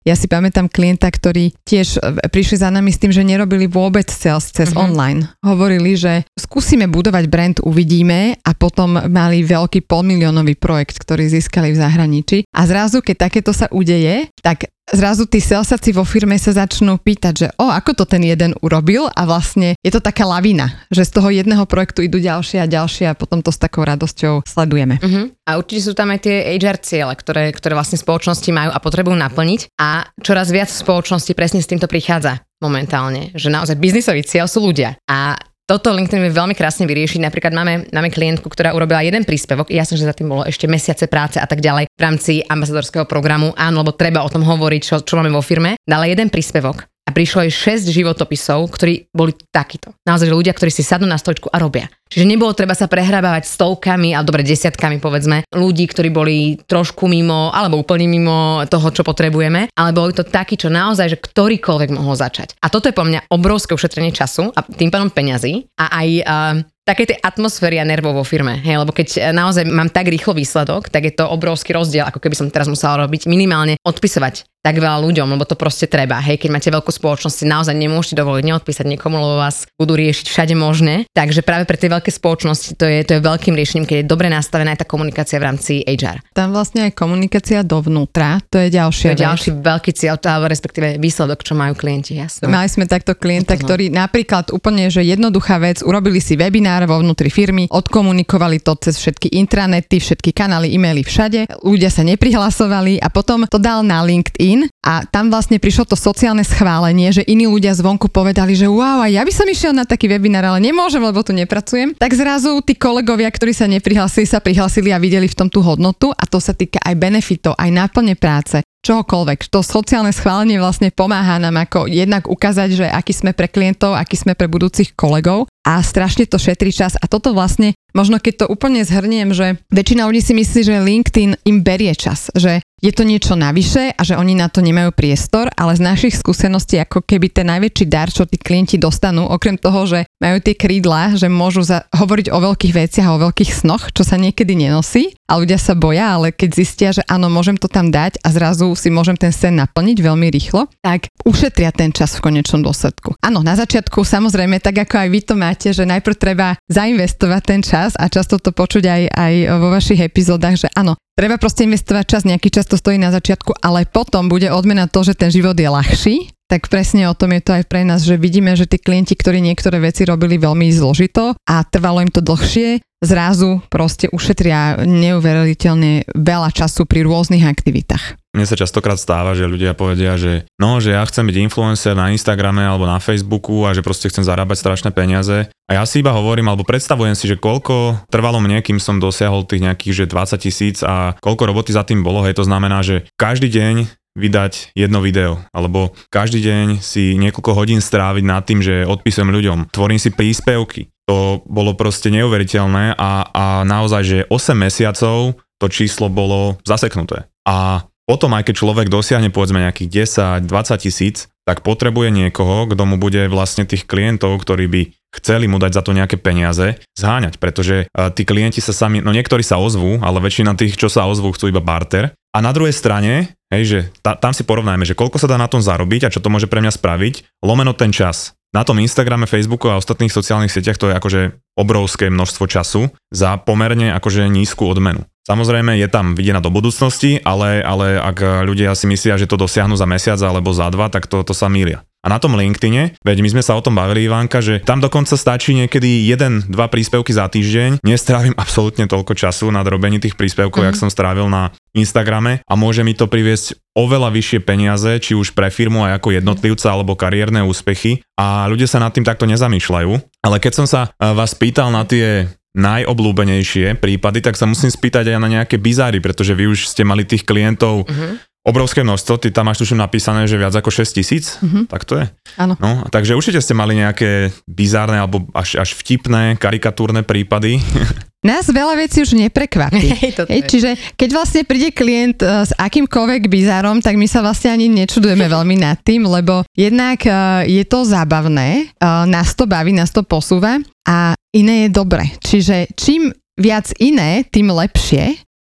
D: Ja si pamätám klienta, ktorí tiež prišli za nami s tým, že nerobili vôbec sales cez uh-huh. online. Hovorili, že skúsime budovať brand, uvidíme a potom mali veľký polmiliónový projekt, ktorý získali v zahraničí. A zrazu, keď takéto sa udeje, tak zrazu tí salesáci vo firme sa začnú pýtať, že o, ako to ten jeden urobil a vlastne je to taká lavina, že z toho jedného projektu idú ďalšie a ďalšie a potom to s takou radosťou sledujeme.
A: Uh-huh. A určite sú tam aj tie há er ciele, ktoré, ktoré vlastne spoločnosti majú a potrebujú naplniť a čoraz viac spoločnosti presne s týmto prichádza momentálne, že naozaj biznisový cieľ sú ľudia a toto LinkedIn vie veľmi krásne vyriešiť. Napríklad máme, máme klientku, ktorá urobila jeden príspevok. Jasne, že za tým bolo ešte mesiace práce a tak ďalej v rámci ambasadorského programu. Áno, lebo treba o tom hovoriť, čo, čo máme vo firme. Dala jeden príspevok a prišlo aj šesť životopisov, ktorí boli takíto. Naozaj, že ľudia, ktorí si sadnú na stoličku a robia. Čiže nebolo treba sa prehrávať stovkami, ale dobre desiatkami povedzme, ľudí, ktorí boli trošku mimo alebo úplne mimo toho, čo potrebujeme, ale boli to takí, čo naozaj, že ktorýkoľvek mohol začať. A toto je po mňa obrovské ušetrenie času a tým pádom peňazí a aj uh, také tej atmosféry a nervov vo firme, hej, lebo keď naozaj mám tak rýchlo výsledok, tak je to obrovský rozdiel, ako keby som teraz musela robiť minimálne odpisovať tak veľa ľuďom, lebo to proste treba. Hej, keď máte veľkú spoločnosť, si naozaj nemôžete dovoliť neodpísať niekomu, lebo vás budú riešiť všade možné. Takže práve pre tie veľké spoločnosti to je, to je veľkým riešením, keď je dobre nastavená aj tá komunikácia v rámci há er.
D: Tam vlastne aj komunikácia dovnútra, to je ďalšia
A: To je ďalší veľký cieľ, alebo respektíve výsledok, čo majú klienti, jasné.
D: Mali sme takto klienta, no. ktorý napríklad úplne, že jednoduchá vec, urobili si webinár vo vnútri firmy, odkomunikovali to cez všetky intranety, všetky kanály, e-maily všade, ľudia sa neprihlasovali a potom to dal na LinkedIn a tam vlastne prišlo to sociálne schválenie, že iní ľudia zvonku povedali, že wow, a ja by som išiel na taký webinár, ale nemôžem, lebo tu nepracujem. Tak zrazu tí kolegovia, ktorí sa neprihlásili, sa prihlásili a videli v tom tú hodnotu a to sa týka aj benefitov, aj náplne práce, čohokoľvek. To sociálne schválenie vlastne pomáha nám ako jednak ukázať, že aký sme pre klientov, aký sme pre budúcich kolegov a strašne to šetrí čas a toto vlastne, možno keď to úplne zhrniem, že väčšina ľudí si myslí, že LinkedIn im berie čas, že je to niečo navyše a že oni na to nemajú priestor, ale z našich skúseností ako keby ten najväčší dar, čo tí klienti dostanú, okrem toho, že majú tie krídla, že môžu za- hovoriť o veľkých veciach a o veľkých snoch, čo sa niekedy nenosí a ľudia sa boja, ale keď zistia, že áno, môžem to tam dať a zrazu si môžem ten sen naplniť veľmi rýchlo, tak ušetria ten čas v konečnom dôsledku. Áno, na začiatku samozrejme, tak ako aj vy to máte, že najprv treba zainvestovať ten čas a často to počuť aj, aj vo vašich epizódach, že áno, treba proste investovať čas, nejaký čas to stojí na začiatku, ale potom bude odmena to, že ten život je ľahší. Tak presne o tom je to aj pre nás, že vidíme, že tí klienti, ktorí niektoré veci robili veľmi zložito a trvalo im to dlhšie, zrazu proste ušetria neuveriteľne veľa času pri rôznych aktivitách.
C: Mne sa častokrát stáva, že ľudia povedia, že no, že ja chcem byť influencer na Instagrame alebo na Facebooku a že proste chcem zarábať strašné peniaze. A ja si iba hovorím, alebo predstavujem si, že koľko trvalo mne, kým som dosiahol tých nejakých, že dvadsať tisíc a koľko roboty za tým bolo. Hej, to znamená, že každý deň vydať jedno video, alebo každý deň si niekoľko hodín stráviť nad tým, že odpisujem ľuďom, tvorím si príspevky. To bolo proste neuveriteľné a, a naozaj, že osem mesiacov to číslo bolo zaseknuté. A potom, aj keď človek dosiahne povedzme nejakých desať dvadsať tisíc, tak potrebuje niekoho, kto mu bude vlastne tých klientov, ktorí by chceli mu dať za to nejaké peniaze, zháňať, pretože uh, tí klienti sa sami, no niektorí sa ozvú, ale väčšina tých, čo sa ozvú, chcú iba barter. A na druhej strane, hej, že ta, tam si porovnajme, že koľko sa dá na tom zarobiť a čo to môže pre mňa spraviť, lomeno ten čas. Na tom Instagrame, Facebooku a ostatných sociálnych sieťach to je akože obrovské množstvo času za pomerne akože nízku odmenu. Samozrejme je tam videná do budúcnosti, ale, ale ak ľudia si myslia, že to dosiahnu za mesiac alebo za dva, tak to, to sa mýlia. A na tom LinkedIne, veď my sme sa o tom bavili, Ivánka, že tam dokonca stačí niekedy jeden dva príspevky za týždeň. Nestrávim absolútne toľko času na robení tých príspevkov, mm. jak som strávil na Instagrame a môže mi to priviesť oveľa vyššie peniaze, či už pre firmu aj ako jednotlivca alebo kariérne úspechy a ľudia sa nad tým takto nezamýšľajú. Ale keď som sa vás pýtal na tie najobľúbenejšie prípady, tak sa musím spýtať aj na nejaké bizáry, pretože vy už ste mali tých klientov mm-hmm. obrovské množstvo, ty tam máš tuším napísané, že viac ako šesť tisíc, mm-hmm. tak to je.
D: Áno.
C: No, takže určite ste mali nejaké bizárne alebo až, až vtipné, karikatúrne prípady.
D: Nás veľa vecí už neprekvapí.
A: Hej,
D: Hej, čiže keď vlastne príde klient uh, s akýmkoľvek bizárom, tak my sa vlastne ani nečudujeme veľmi nad tým, lebo jednak uh, je to zábavné, uh, nás to baví, nás to posúva a iné je dobre. Čiže čím viac iné, tým lepšie.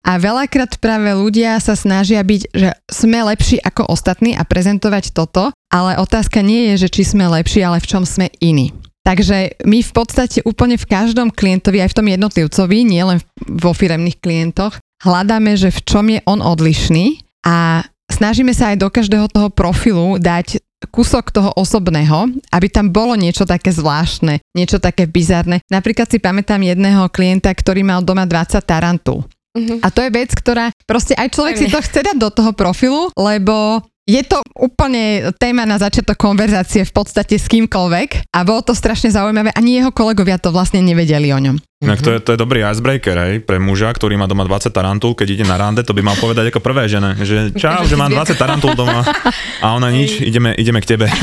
D: A veľakrát práve ľudia sa snažia byť, že sme lepší ako ostatní a prezentovať toto, ale otázka nie je, že či sme lepší, ale v čom sme iní. Takže my v podstate úplne v každom klientovi, aj v tom jednotlivcovi, nielen vo firemných klientoch, hľadáme, že v čom je on odlišný a snažíme sa aj do každého toho profilu dať kúsok toho osobného, aby tam bolo niečo také zvláštne, niečo také bizarné. Napríklad si pamätám jedného klienta, ktorý mal doma dvadsať tarantul. Uh-huh. A to je vec, ktorá proste aj človek si to chce dať do toho profilu, lebo je to úplne téma na začiatok konverzácie v podstate s kýmkoľvek a bolo to strašne zaujímavé. Ani jeho kolegovia to vlastne nevedeli o ňom.
C: Tak to je, to je dobrý icebreaker, hej, pre muža, ktorý má doma dvadsať tarantul, keď ide na rande, to by mal povedať ako prvé žene, že čau, že mám dvadsať tarantul doma a ona nič, ideme, ideme k tebe.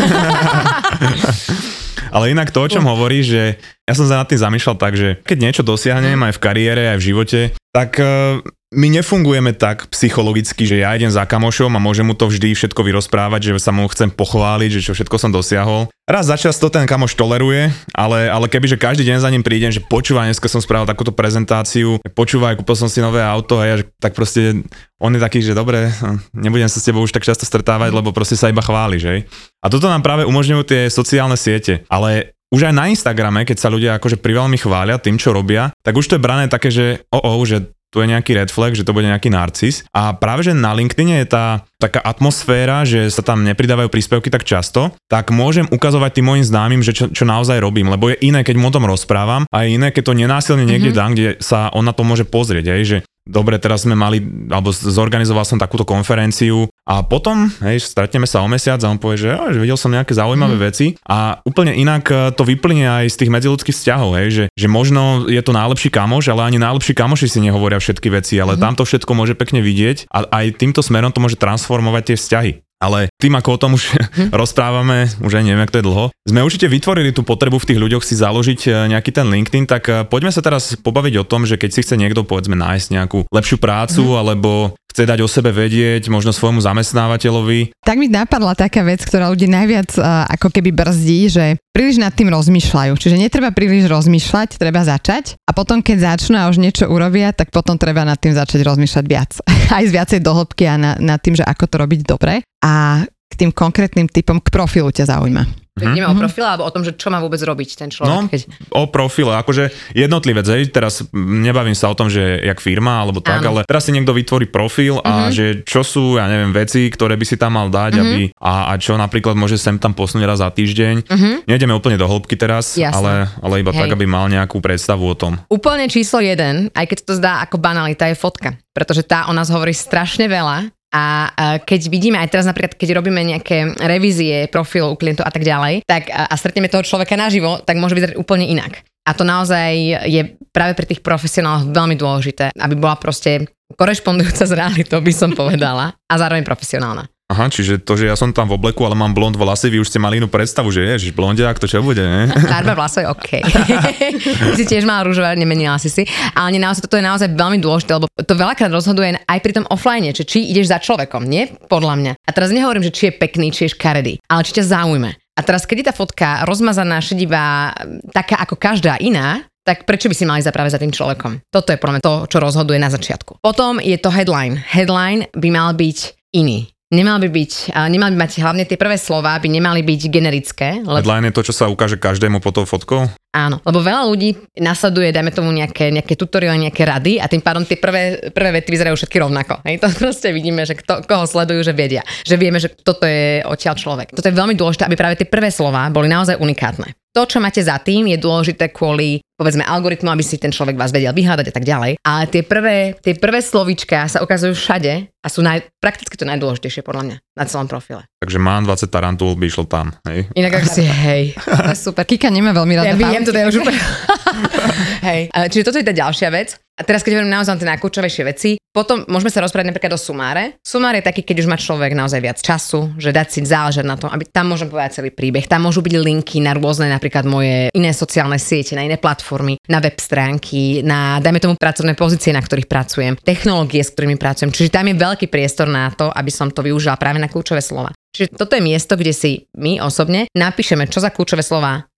C: Ale inak to, o čom hovorí, že ja som sa nad tým zamýšľal tak, že keď niečo dosiahnem aj v kariére, aj v živote, tak uh, my nefungujeme tak psychologicky, že ja idem za kamošom a môžem mu to vždy všetko vyrozprávať, že sa mu chcem pochváliť, že čo všetko som dosiahol. Raz za čas to ten kamoš toleruje, ale, ale kebyže každý deň za ním prídem, že počúvaj, dneska som spravil takúto prezentáciu, počúvaj, kúpil som si nové auto a ja, že tak proste on je taký, že dobre, nebudem sa s tebou už tak často stretávať, lebo proste sa iba chváli, že? A toto nám práve umožňujú tie sociálne siete, ale už aj na Instagrame, keď sa ľudia akože priveľmi chvália tým, čo robia, tak už to je brané také, že o, o, že tu je nejaký red flag, že to bude nejaký narcis. A práve, že na LinkedIne je tá taká atmosféra, že sa tam nepridávajú príspevky tak často, tak môžem ukazovať tým mojim známym, že čo, čo naozaj robím, lebo je iné, keď mu o tom rozprávam a je iné, keď to nenásilne niekde mm-hmm. dám, kde sa on na to môže pozrieť, aj, že dobre, teraz sme mali, alebo zorganizoval som takúto konferenciu a potom, hej, stretneme sa o mesiac a on povie, že, že videl som nejaké zaujímavé mm. veci a úplne inak to vyplynie aj z tých medziľudských vzťahov, hej, že, že možno je to najlepší kamoš, ale ani najlepší kamoši si nehovoria všetky veci, ale mm. tam to všetko môže pekne vidieť a aj týmto smerom to môže transformovať tie vzťahy. Ale tým, ako o tom už hm. rozprávame, už aj neviem, ako to je dlho, sme určite vytvorili tú potrebu v tých ľuďoch si založiť nejaký ten LinkedIn, tak poďme sa teraz pobaviť o tom, že keď si chce niekto, povedzme, nájsť nejakú lepšiu prácu, hm. alebo chce dať o sebe vedieť, možno svojmu zamestnávateľovi. Tak
D: mi napadla taká vec, ktorá ľudí najviac uh, ako keby brzdí, že príliš nad tým rozmýšľajú. Čiže netreba príliš rozmýšľať, treba začať a potom, keď začnú a už niečo urobia, tak potom treba nad tým začať rozmýšľať viac. Aj z viacej dohlbky a na, nad tým, že ako to robiť dobre. A k tým konkrétnym typom, k profilu ťa zaujíma.
A: Ideme mm-hmm. o profile, alebo o tom, že čo má vôbec robiť ten človek? No, keď...
C: o profile, akože jednotlivec, hej, teraz nebavím sa o tom, že jak firma, alebo tak, Áno. ale teraz si niekto vytvorí profil a mm-hmm. že čo sú, ja neviem, veci, ktoré by si tam mal dať, mm-hmm. aby, a, a čo napríklad môže sem tam posunúť raz za týždeň. Mm-hmm. Nejdeme úplne do hĺbky teraz, ale, ale iba hej. tak, aby mal nejakú predstavu o tom.
A: Úplne číslo jeden, aj keď to zdá ako banalita, je fotka, pretože tá o nás hovorí strašne veľa. A keď vidíme aj teraz napríklad, keď robíme nejaké revízie profilu u klientov a tak ďalej, tak a stretneme toho človeka naživo, tak môže vyzerať úplne inak. A to naozaj je práve pri tých profesionáloch veľmi dôležité, aby bola proste korešpondujúca s realitou, by som povedala, a zároveň profesionálna.
C: Aha, čiže to, že ja som tam v obleku, ale mám blond vlasy, vy už ste mali inú predstavu, že ježiš, blondiak, to čo bude, ne?
A: Farba vlasov je OK. si tiež mala rúžové, nemenila si si. Ale naozaj, toto je naozaj veľmi dôležité, lebo to veľakrát rozhoduje aj pri tom offline, či, či ideš za človekom, nie? Podľa mňa. A teraz nehovorím, že či je pekný, či je škaredý, ale či ťa zaujme. A teraz, keď je tá fotka rozmazaná, šedivá, taká ako každá iná, tak prečo by si mali ísť práve za tým človekom? Toto je podľa mňa to, čo rozhoduje na začiatku. Potom je to headline. Headline by mal byť iný. Nemal by byť, nemal by mať hlavne tie prvé slová, by nemali byť generické.
C: Lebo... Headline je to, čo sa ukáže každému pod tou fotkou?
A: Áno, lebo veľa ľudí nasleduje, dajme tomu nejaké, nejaké tutoriály, nejaké rady a tým pádom tie prvé, prvé vety vyzerajú všetky rovnako. Hej? To proste vidíme, že kto, koho sledujú, že vedia. Že vieme, že toto je odtiaľ človek. Toto je veľmi dôležité, aby práve tie prvé slová boli naozaj unikátne. To, čo máte za tým, je dôležité kvôli, povedzme, algoritmu, aby si ten človek vás vedel vyhľadať a tak ďalej. Ale tie prvé, tie prvé slovíčka sa ukazujú všade a sú naj, prakticky to najdôležitejšie podľa mňa na celom profile.
C: Takže mám dvadsať tarantul, by išlo tam, hej?
A: Inak ak si, hej.
D: To je super. Kika nemá veľmi rada.
A: Ja viem, to je už úplne. Hej. Čiže toto je tá ďalšia vec. A teraz, keď hovorím naozaj tie najkľúčovejšie veci, potom môžeme sa rozprávať napríklad o sumáre. Sumár je taký, keď už má človek naozaj viac času, že dať si záležať na tom, aby tam môžem povedať celý príbeh. Tam môžu byť linky na rôzne napríklad moje iné sociálne siete, na iné platformy, na web stránky, na dajme tomu pracovné pozície, na ktorých pracujem, technológie, s ktorými pracujem. Čiže tam je veľký priestor na to, aby som to využila práve na kľúčové slova. Čiže toto je miesto, kde si my osobne napíšeme, čo za kľúčové slova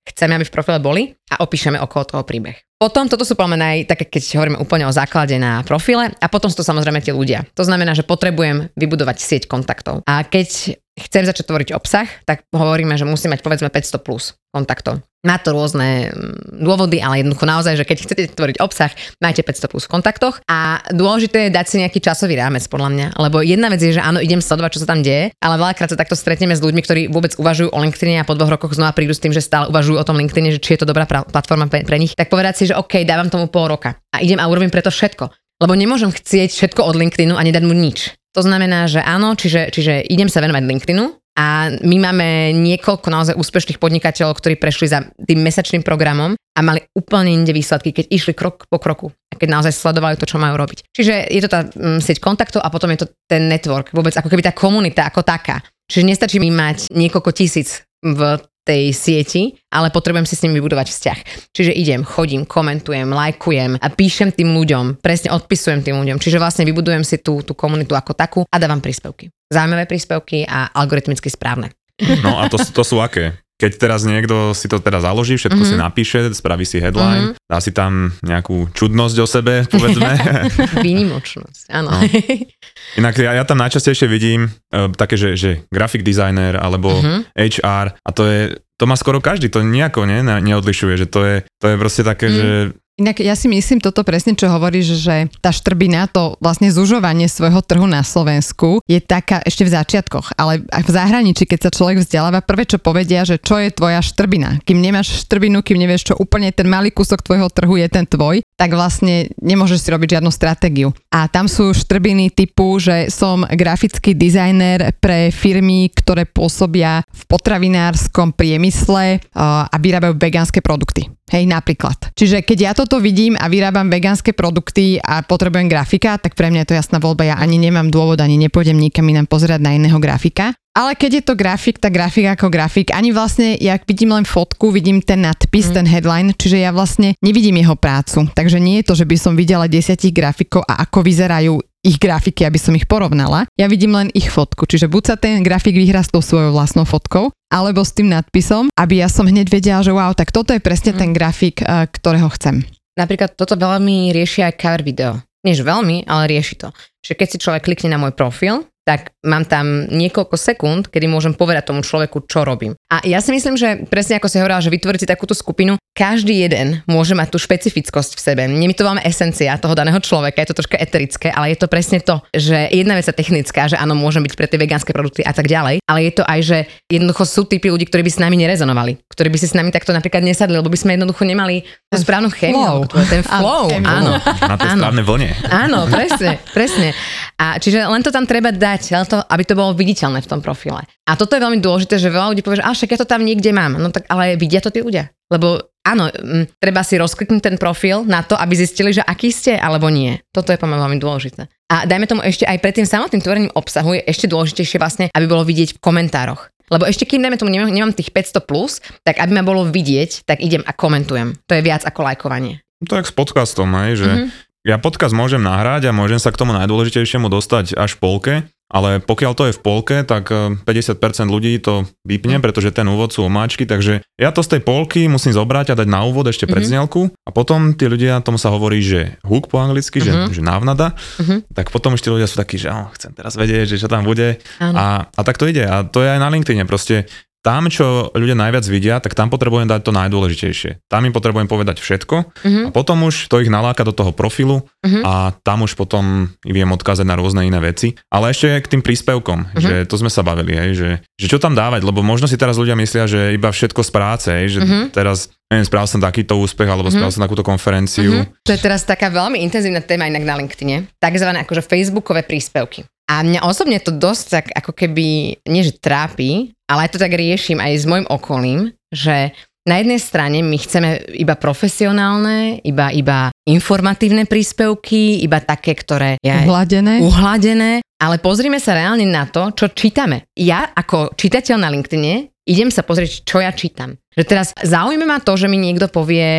A: chceme, aby v profile boli a opíšeme okolo toho príbeh. Potom toto sú poľa naj, také, keď hovoríme úplne o základe na profile a potom sú to samozrejme tie ľudia. To znamená, že potrebujem vybudovať sieť kontaktov. A keď chcem začať tvoriť obsah, tak hovoríme, že musím mať povedzme päťsto plus kontaktov. Má to rôzne dôvody, ale jednoducho naozaj, že keď chcete tvoriť obsah, majte päťsto plus v kontaktoch a dôležité je dať si nejaký časový rámec podľa mňa, lebo jedna vec je, že áno, idem sledovať, čo sa tam deje, ale veľakrát sa takto stretneme s ľuďmi, ktorí vôbec uvažujú o LinkedIne a po dvoch rokoch znova prídu s tým, že stále uvažujú o tom LinkedIne, že či je to dobrá pra- platforma pre, pre nich, tak povedať si, že OK, dávam tomu pol roka a idem a urobím preto všetko, lebo nemôžem chcieť všetko od LinkedInu a nedať mu nič. To znamená, že áno, čiže, čiže idem sa venovať LinkedInu. A my máme niekoľko naozaj úspešných podnikateľov, ktorí prešli za tým mesačným programom a mali úplne inde výsledky, keď išli krok po kroku a keď naozaj sledovali to, čo majú robiť. Čiže je to tá um, sieť kontaktov a potom je to ten network, vôbec ako keby tá komunita ako taká. Čiže nestačí mi mať niekoľko tisíc v tej sieti, ale potrebujem si s nimi vybudovať vzťah. Čiže idem, chodím, komentujem, lajkujem a píšem tým ľuďom, presne odpisujem tým ľuďom. Čiže vlastne vybudujem si tú, tú komunitu ako takú a dávam príspevky. Zaujímavé príspevky a algoritmicky správne.
C: No a to, to sú aké? Keď teraz niekto si to teda založí, všetko mm-hmm. si napíše, spraví si headline, mm-hmm. dá si tam nejakú čudnosť o sebe, povedzme.
A: Výnimočnosť, áno. No.
C: Inak ja, ja tam najčastejšie vidím uh, také, že, že graphic designer alebo mm-hmm. há er a to je, to má skoro každý, to nejako ne, neodlišuje, že to je, to je proste také, mm. že
D: Inak ja si myslím toto presne, čo hovoríš, že tá štrbina, to vlastne zužovanie svojho trhu na Slovensku je taká ešte v začiatkoch, ale aj v zahraničí, keď sa človek vzdeláva, prvé čo povedia, že čo je tvoja štrbina. Kým nemáš štrbinu, kým nevieš, čo úplne ten malý kúsok tvojho trhu je ten tvoj, tak vlastne nemôžeš si robiť žiadnu stratégiu. A tam sú štrbiny typu, že som grafický dizajner pre firmy, ktoré pôsobia v potravinárskom priemysle uh, a vyrábajú vegánske produkty. Hej, napríklad. Čiže keď ja toto vidím a vyrábam vegánske produkty a potrebujem grafika, tak pre mňa je to jasná voľba. Ja ani nemám dôvod, ani nepôjdem nikam inám pozerať na iného grafika. Ale keď je to grafik, tak grafik ako grafik. Ani vlastne, ja vidím len fotku, vidím ten nadpis, mm. ten headline, čiže ja vlastne nevidím jeho prácu. Takže nie je to, že by som videla desiatich grafikov a ako vyzerajú ich grafiky, aby som ich porovnala. Ja vidím len ich fotku, čiže buď sa ten grafik vyhrá s tou svojou vlastnou fotkou, alebo s tým nadpisom, aby ja som hneď vedela, že wow, tak toto je presne mm. ten grafik, ktorého chcem. Napríklad toto veľmi rieši aj cover video. Nie že veľmi, ale rieši to. Čiže keď si človek klikne na môj profil, tak mám tam niekoľko sekúnd, kedy môžem povedať tomu človeku, čo robím. A ja si myslím, že presne ako si hovorila, že vytvoriť si takúto skupinu, každý jeden môže mať tú špecifickosť v sebe. Nie my to máme esencia toho daného človeka, je to troška eterické, ale je to presne to, že jedna vec je technická, že áno, môžem byť pre tie vegánske produkty a tak ďalej, ale je to aj, že jednoducho sú typy ľudí, ktorí by s nami nerezonovali, ktorí by si s nami takto napríklad nesadli, lebo by sme jednoducho nemali tú správnu chémiu, ten flow, áno.
C: Na tej správnej vlne.
A: Áno, presne, presne. A čiže len to tam treba dať, len to, aby to bolo viditeľné v tom profile. A toto je veľmi dôležité, že veľa ľudí povie, že však ja to tam niekde mám. No tak ale vidia to tí ľudia. Lebo áno, m, treba si rozkliknúť ten profil na to, aby zistili, že aký ste, alebo nie. Toto je pomaly veľmi dôležité. A dajme tomu ešte aj pred tým samotným tvorením obsahu je ešte dôležitejšie vlastne, aby bolo vidieť v komentároch. Lebo ešte kým dajme tomu nemám, nemám tých päťsto plus, tak aby ma bolo vidieť, tak idem a komentujem. To je viac ako lajkovanie.
C: To je s podcastom, hej, že mm-hmm. ja podcast môžem nahrať a môžem sa k tomu najdôležitejšiemu dostať až v polke, ale pokiaľ to je v polke, tak päťdesiat percent ľudí to vypne, mm. pretože ten úvod sú omáčky, takže ja to z tej polky musím zobrať a dať na úvod ešte mm-hmm. predznelku a potom tí ľudia, tomu sa hovorí, že hook po anglicky, mm-hmm. že, že návnada, mm-hmm. tak potom ešte ľudia sú takí, že oh, chcem teraz vedieť, že čo tam bude a, a tak to ide a to je aj na LinkedIne, proste tam, čo ľudia najviac vidia, tak tam potrebujem dať to najdôležitejšie. Tam im potrebujem povedať všetko uh-huh. a potom už to ich naláka do toho profilu uh-huh. a tam už potom viem odkázať na rôzne iné veci. Ale ešte k tým príspevkom, uh-huh. že to sme sa bavili, hej, že, že čo tam dávať, lebo možno si teraz ľudia myslia, že iba všetko z práce, hej, že uh-huh. teraz neviem, spravil som takýto úspech alebo uh-huh. spravil som takúto konferenciu. Uh-huh.
A: To je teraz taká veľmi intenzívna téma inak na LinkedIne, takzvané akože facebookové príspevky. A mňa osobne to dosť tak ako keby, nie že trápi, ale aj to tak riešim aj s môjim okolím, že na jednej strane my chceme iba profesionálne, iba, iba informatívne príspevky, iba také, ktoré je
D: uhladené.
A: uhladené, ale pozrime sa reálne na to, čo čítame. Ja ako čitateľ na LinkedIne idem sa pozrieť, čo ja čítam. Že teraz zaujíma ma to, že mi niekto povie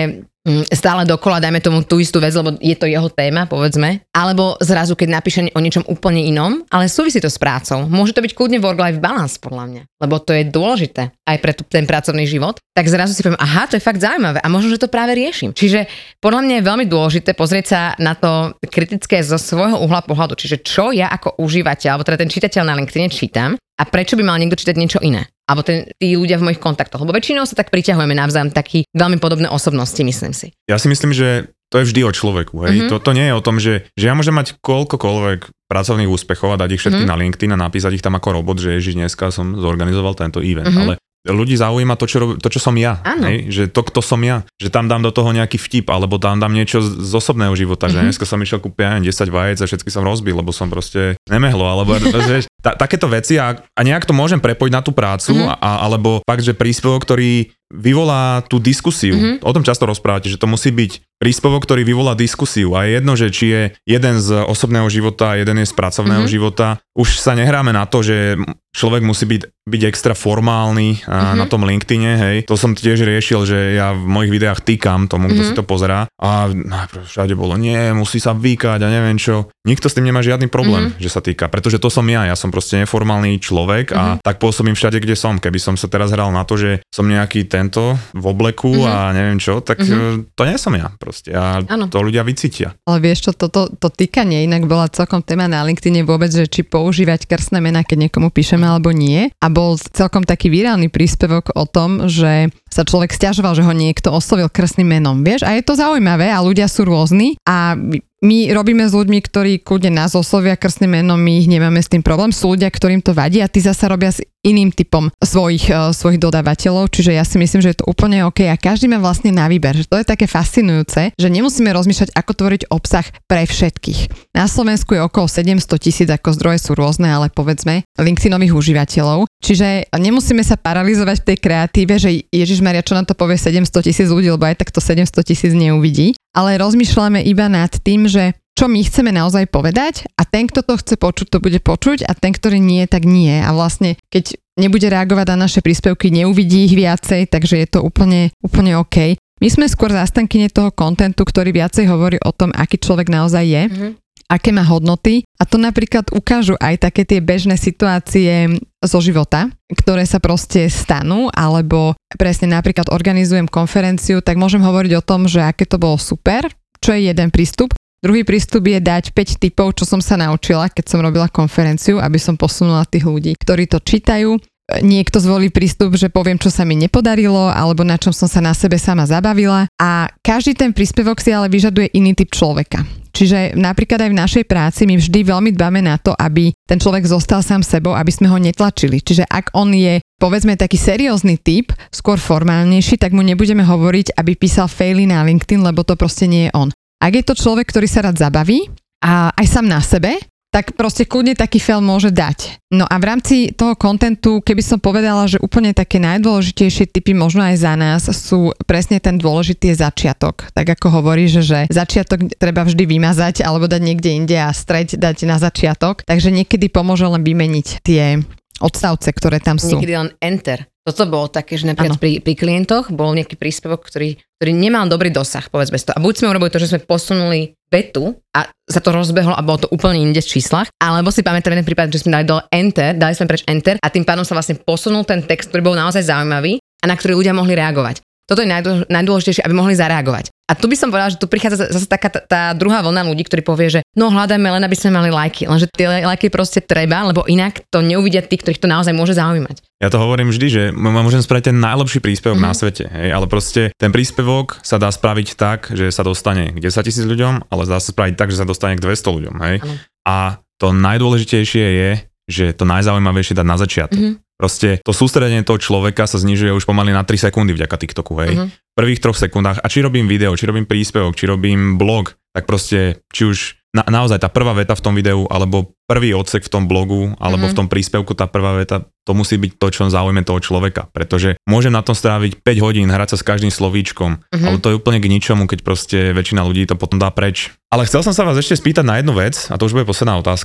A: stále dokola, dajme tomu tú istú vec, lebo je to jeho téma, povedzme, alebo zrazu, keď napíše o niečom úplne inom, ale súvisí to s prácou. Môže to byť kľudne work-life balance, podľa mňa, lebo to je dôležité aj pre ten pracovný život. Tak zrazu si poviem, aha, to je fakt zaujímavé a možno, že to práve riešim. Čiže podľa mňa je veľmi dôležité pozrieť sa na to kritické zo svojho uhla pohľadu, čiže čo ja ako užívateľ, alebo teda ten čitateľ na LinkedIne čítam a prečo by mal niekto čítať niečo iné. Alebo ten, tí ľudia v mojich kontaktoch. Lebo väčšinou sa tak priťahujeme navzájom takí veľmi podobné osobnosti, myslím si.
C: Ja si myslím, že to je vždy o človeku. Hej? Mm-hmm. To, to nie je o tom, že, že ja môžem mať koľkokoľvek pracovných úspechov a dať ich všetky mm-hmm. na LinkedIn a napísať ich tam ako robot, že ježiš, dneska som zorganizoval tento event. Mm-hmm. Ale ľudí zaujíma to, čo, rob, to, čo som ja. Hej? Že to, kto som ja. Že tam dám do toho nejaký vtip, alebo tam dám niečo z, z osobného života. Mm-hmm. Že dneska som išiel kúpiť desať vajec a všetky som rozbil, lebo som proste nemehlo. Alebo vieš, ta, takéto veci a, a nejak to môžem prepojiť na tú prácu, mm-hmm. a, alebo fakt, že príspevok, ktorý vyvolá tú diskusiu. Mm-hmm. O tom často rozprávate, že to musí byť príspevok, ktorý vyvolá diskusiu. A je jedno, že či je jeden z osobného života, jeden je z pracovného mm-hmm. života. Už sa nehráme na to, že človek musí byť, byť extra formálny mm-hmm. na tom LinkedIne, hej. To som tiež riešil, že ja v mojich videách týkam tomu, kto mm-hmm. si to pozerá. A najprv všade bolo, nie, musí sa vykať a neviem čo. Nikto s tým nemá žiadny problém, mm-hmm. že sa týka. Pretože to som ja. Ja som proste neformálny človek a mm-hmm. tak pôsobím všade, kde som. Keby som sa teraz hral na to, že som nejaký tento v obleku mm-hmm. a neviem čo, tak mm-hmm. to nie som ja proste. A ano. To ľudia vycítia.
D: Ale vieš čo, toto to, to týkanie inak bola celkom téma na LinkedIne vôbec, že či používať krstné mená, keď niekomu píšeme alebo nie. A bol celkom taký virálny príspevok o tom, že sa človek sťažoval, že ho niekto oslovil krstným menom. Vieš, a je to zaujímavé a ľudia sú rôzni a my robíme s ľuďmi, ktorí kľudne nás oslovia krstným menom, my ich nemáme s tým problém. Sú ľudia, ktorým to vadí a tí zasa robia s iným typom svojich, uh, svojich dodávateľov, čiže ja si myslím, že je to úplne OK a každý má vlastne na výber, že to je také fascinujúce, že nemusíme rozmýšľať, ako tvoriť obsah pre všetkých. Na Slovensku je okolo sedemsto tisíc, ako zdroje sú rôzne, ale povedzme LinkedInových užívateľov, čiže nemusíme sa paralizovať v tej kreatíve, že Ježišmaria, čo na to povie sedemsto tisíc ľudí, lebo aj takto sedemsto tisíc neuvidí, ale rozmýšľame iba nad tým, že čo my chceme naozaj povedať a ten, kto to chce počuť, to bude počuť a ten, ktorý nie, tak nie. A vlastne, keď nebude reagovať na naše príspevky, neuvidí ich viacej, takže je to úplne, úplne OK. My sme skôr zástankyne toho kontentu, ktorý viacej hovorí o tom, aký človek naozaj je, mm-hmm. aké má hodnoty a to napríklad ukážu aj také tie bežné situácie zo života, ktoré sa proste stanú, alebo presne napríklad organizujem konferenciu, tak môžem hovoriť o tom, že aké to bolo super, čo je jeden prístup. Druhý prístup je dať päť tipov, čo som sa naučila, keď som robila konferenciu, aby som posunula tých ľudí, ktorí to čítajú. Niekto zvolí prístup, že poviem, čo sa mi nepodarilo, alebo na čom som sa na sebe sama zabavila. A každý ten príspevok si ale vyžaduje iný typ človeka. Čiže napríklad aj v našej práci my vždy veľmi dbáme na to, aby ten človek zostal sám sebou, aby sme ho netlačili. Čiže ak on je, povedzme, taký seriózny typ, skôr formálnejší, tak mu nebudeme hovoriť, aby písal faily na LinkedIn, lebo to proste nie je on. Ak je to človek, ktorý sa rád zabaví a aj sám na sebe, tak proste kľudne taký fail môže dať. No a v rámci toho kontentu, keby som povedala, že úplne také najdôležitejšie tipy možno aj za nás sú presne ten dôležitý je začiatok. Tak ako hovoríš, že začiatok treba vždy vymazať alebo dať niekde inde a stred dať na začiatok. Takže niekedy pomôže len vymeniť tie odstavce, ktoré tam sú.
A: Niekedy len enter. Toto bolo také, že napríklad pri, pri klientoch bol nejaký príspevok, ktorý, ktorý nemal dobrý dosah, povedzme to. A buď sme urobili to, že sme posunuli vetu a sa to rozbehlo a bolo to úplne inde v číslach, alebo si pamätám jeden prípad, že sme dali do enter, dali sme preč enter a tým pádom sa vlastne posunul ten text, ktorý bol naozaj zaujímavý a na ktorý ľudia mohli reagovať. Toto je najdôležitejšie, aby mohli zareagovať. A tu by som povedala, že tu prichádza zase taká tá, tá druhá vlna ľudí, ktorí povie, že no hľadajme len, aby sme mali lajky. Lenže tie lajky proste treba, lebo inak to neuvidia tí, ktorých to naozaj môže zaujímať.
C: Ja to hovorím vždy, že môžem spraviť ten najlepší príspevok mm. na svete, hej, ale proste ten príspevok sa dá spraviť tak, že sa dostane k desaťtisíc ľuďom, ale dá sa spraviť tak, že sa dostane k dvesto ľuďom, hej. Ano. A to najdôležitejšie je, že to najzaujímavejšie dať na začiatok. Mm-hmm. Proste to sústredenie toho človeka sa znižuje už pomaly na tri sekundy vďaka TikToku, hej. Uh-huh. V prvých troch sekundách, a či robím video, či robím príspevok, či robím blog, tak proste, či už na, naozaj tá prvá veta v tom videu, alebo prvý odsek v tom blogu, alebo uh-huh. v tom príspevku tá prvá veta, to musí byť to, čo zaujme toho človeka. Pretože môžem na tom stráviť päť hodín, hrať sa s každým slovíčkom, uh-huh. ale to je úplne k ničomu, keď proste väčšina ľudí to potom dá preč. Ale chcel som sa vás ešte spýtať na jednu vec, a to už bude posledná otázka,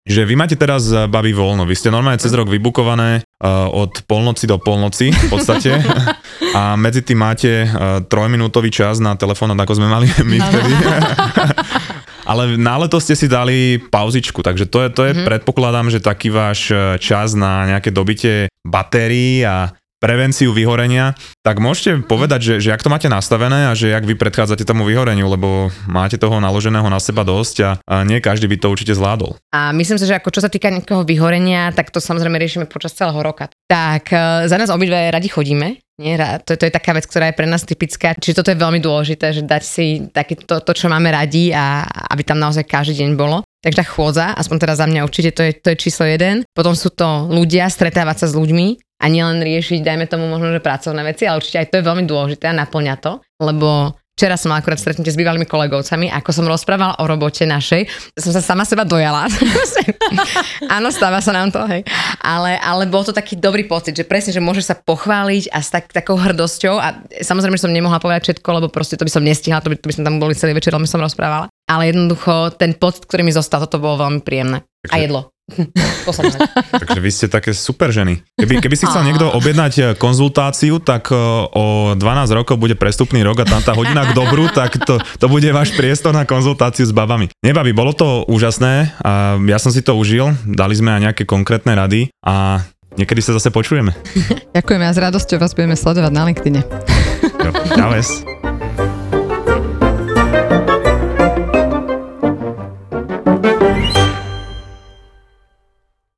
C: že vy máte teraz, babi, voľno. Vy ste normálne cez rok vybukované uh, od polnoci do polnoci v podstate a medzi tým máte uh, trojminútový čas na telefónat, ako sme mali my vtedy. Ale na leto ste si dali pauzičku, takže to je, to je mm-hmm. predpokladám, že taký váš čas na nejaké dobitie batérií a prevenciu vyhorenia, tak môžete povedať, že, že jak to máte nastavené a že jak vy predchádzate tomu vyhoreniu, lebo máte toho naloženého na seba dosť a, a nie každý by to určite zvládol.
A: A myslím si, že ako čo sa týka nejakého vyhorenia, tak to samozrejme riešime počas celého roka. Tak za nás obidve radi chodíme. Nie, to, to je taká vec, ktorá je pre nás typická. Čiže toto je veľmi dôležité, že dať si také to, to, čo máme radi a aby tam naozaj každý deň bolo. Takže tá chôdza, aspoň teda za mňa určite, to je, to je číslo jeden. Potom sú to ľudia, stretávať sa s ľuďmi a nielen riešiť, dajme tomu možno, že pracovné veci, ale určite aj to je veľmi dôležité a naplňa to, lebo včera som mala akurát stretnutie s bývalými kolegovcami, ako som rozprávala o robote našej, som sa sama seba dojala. Áno, stáva sa nám to, hej. Ale, ale bol to taký dobrý pocit, že presne, že môžeš sa pochváliť a s tak, takou hrdosťou a samozrejme, že som nemohla povedať všetko, lebo proste to by som nestihla, to by, to by som tam boli celý večer, ale som rozprávala. Ale jednoducho ten pocit, ktorý mi zostal, toto bolo veľmi príjemné. Takže... A jedlo.
C: Takže vy ste také super ženy. Keby, keby si chcel niekto objednať konzultáciu, tak o dvanásť rokov bude prestupný rok a tam tá hodina k dobru, tak to, to bude váš priestor na konzultáciu s babami. Nie, babi, bolo to úžasné a ja som si to užil, dali sme aj nejaké konkrétne rady a niekedy sa zase počujeme.
D: Ďakujeme a s radosťou vás budeme sledovať na LinkedIne.
C: Jo, čau.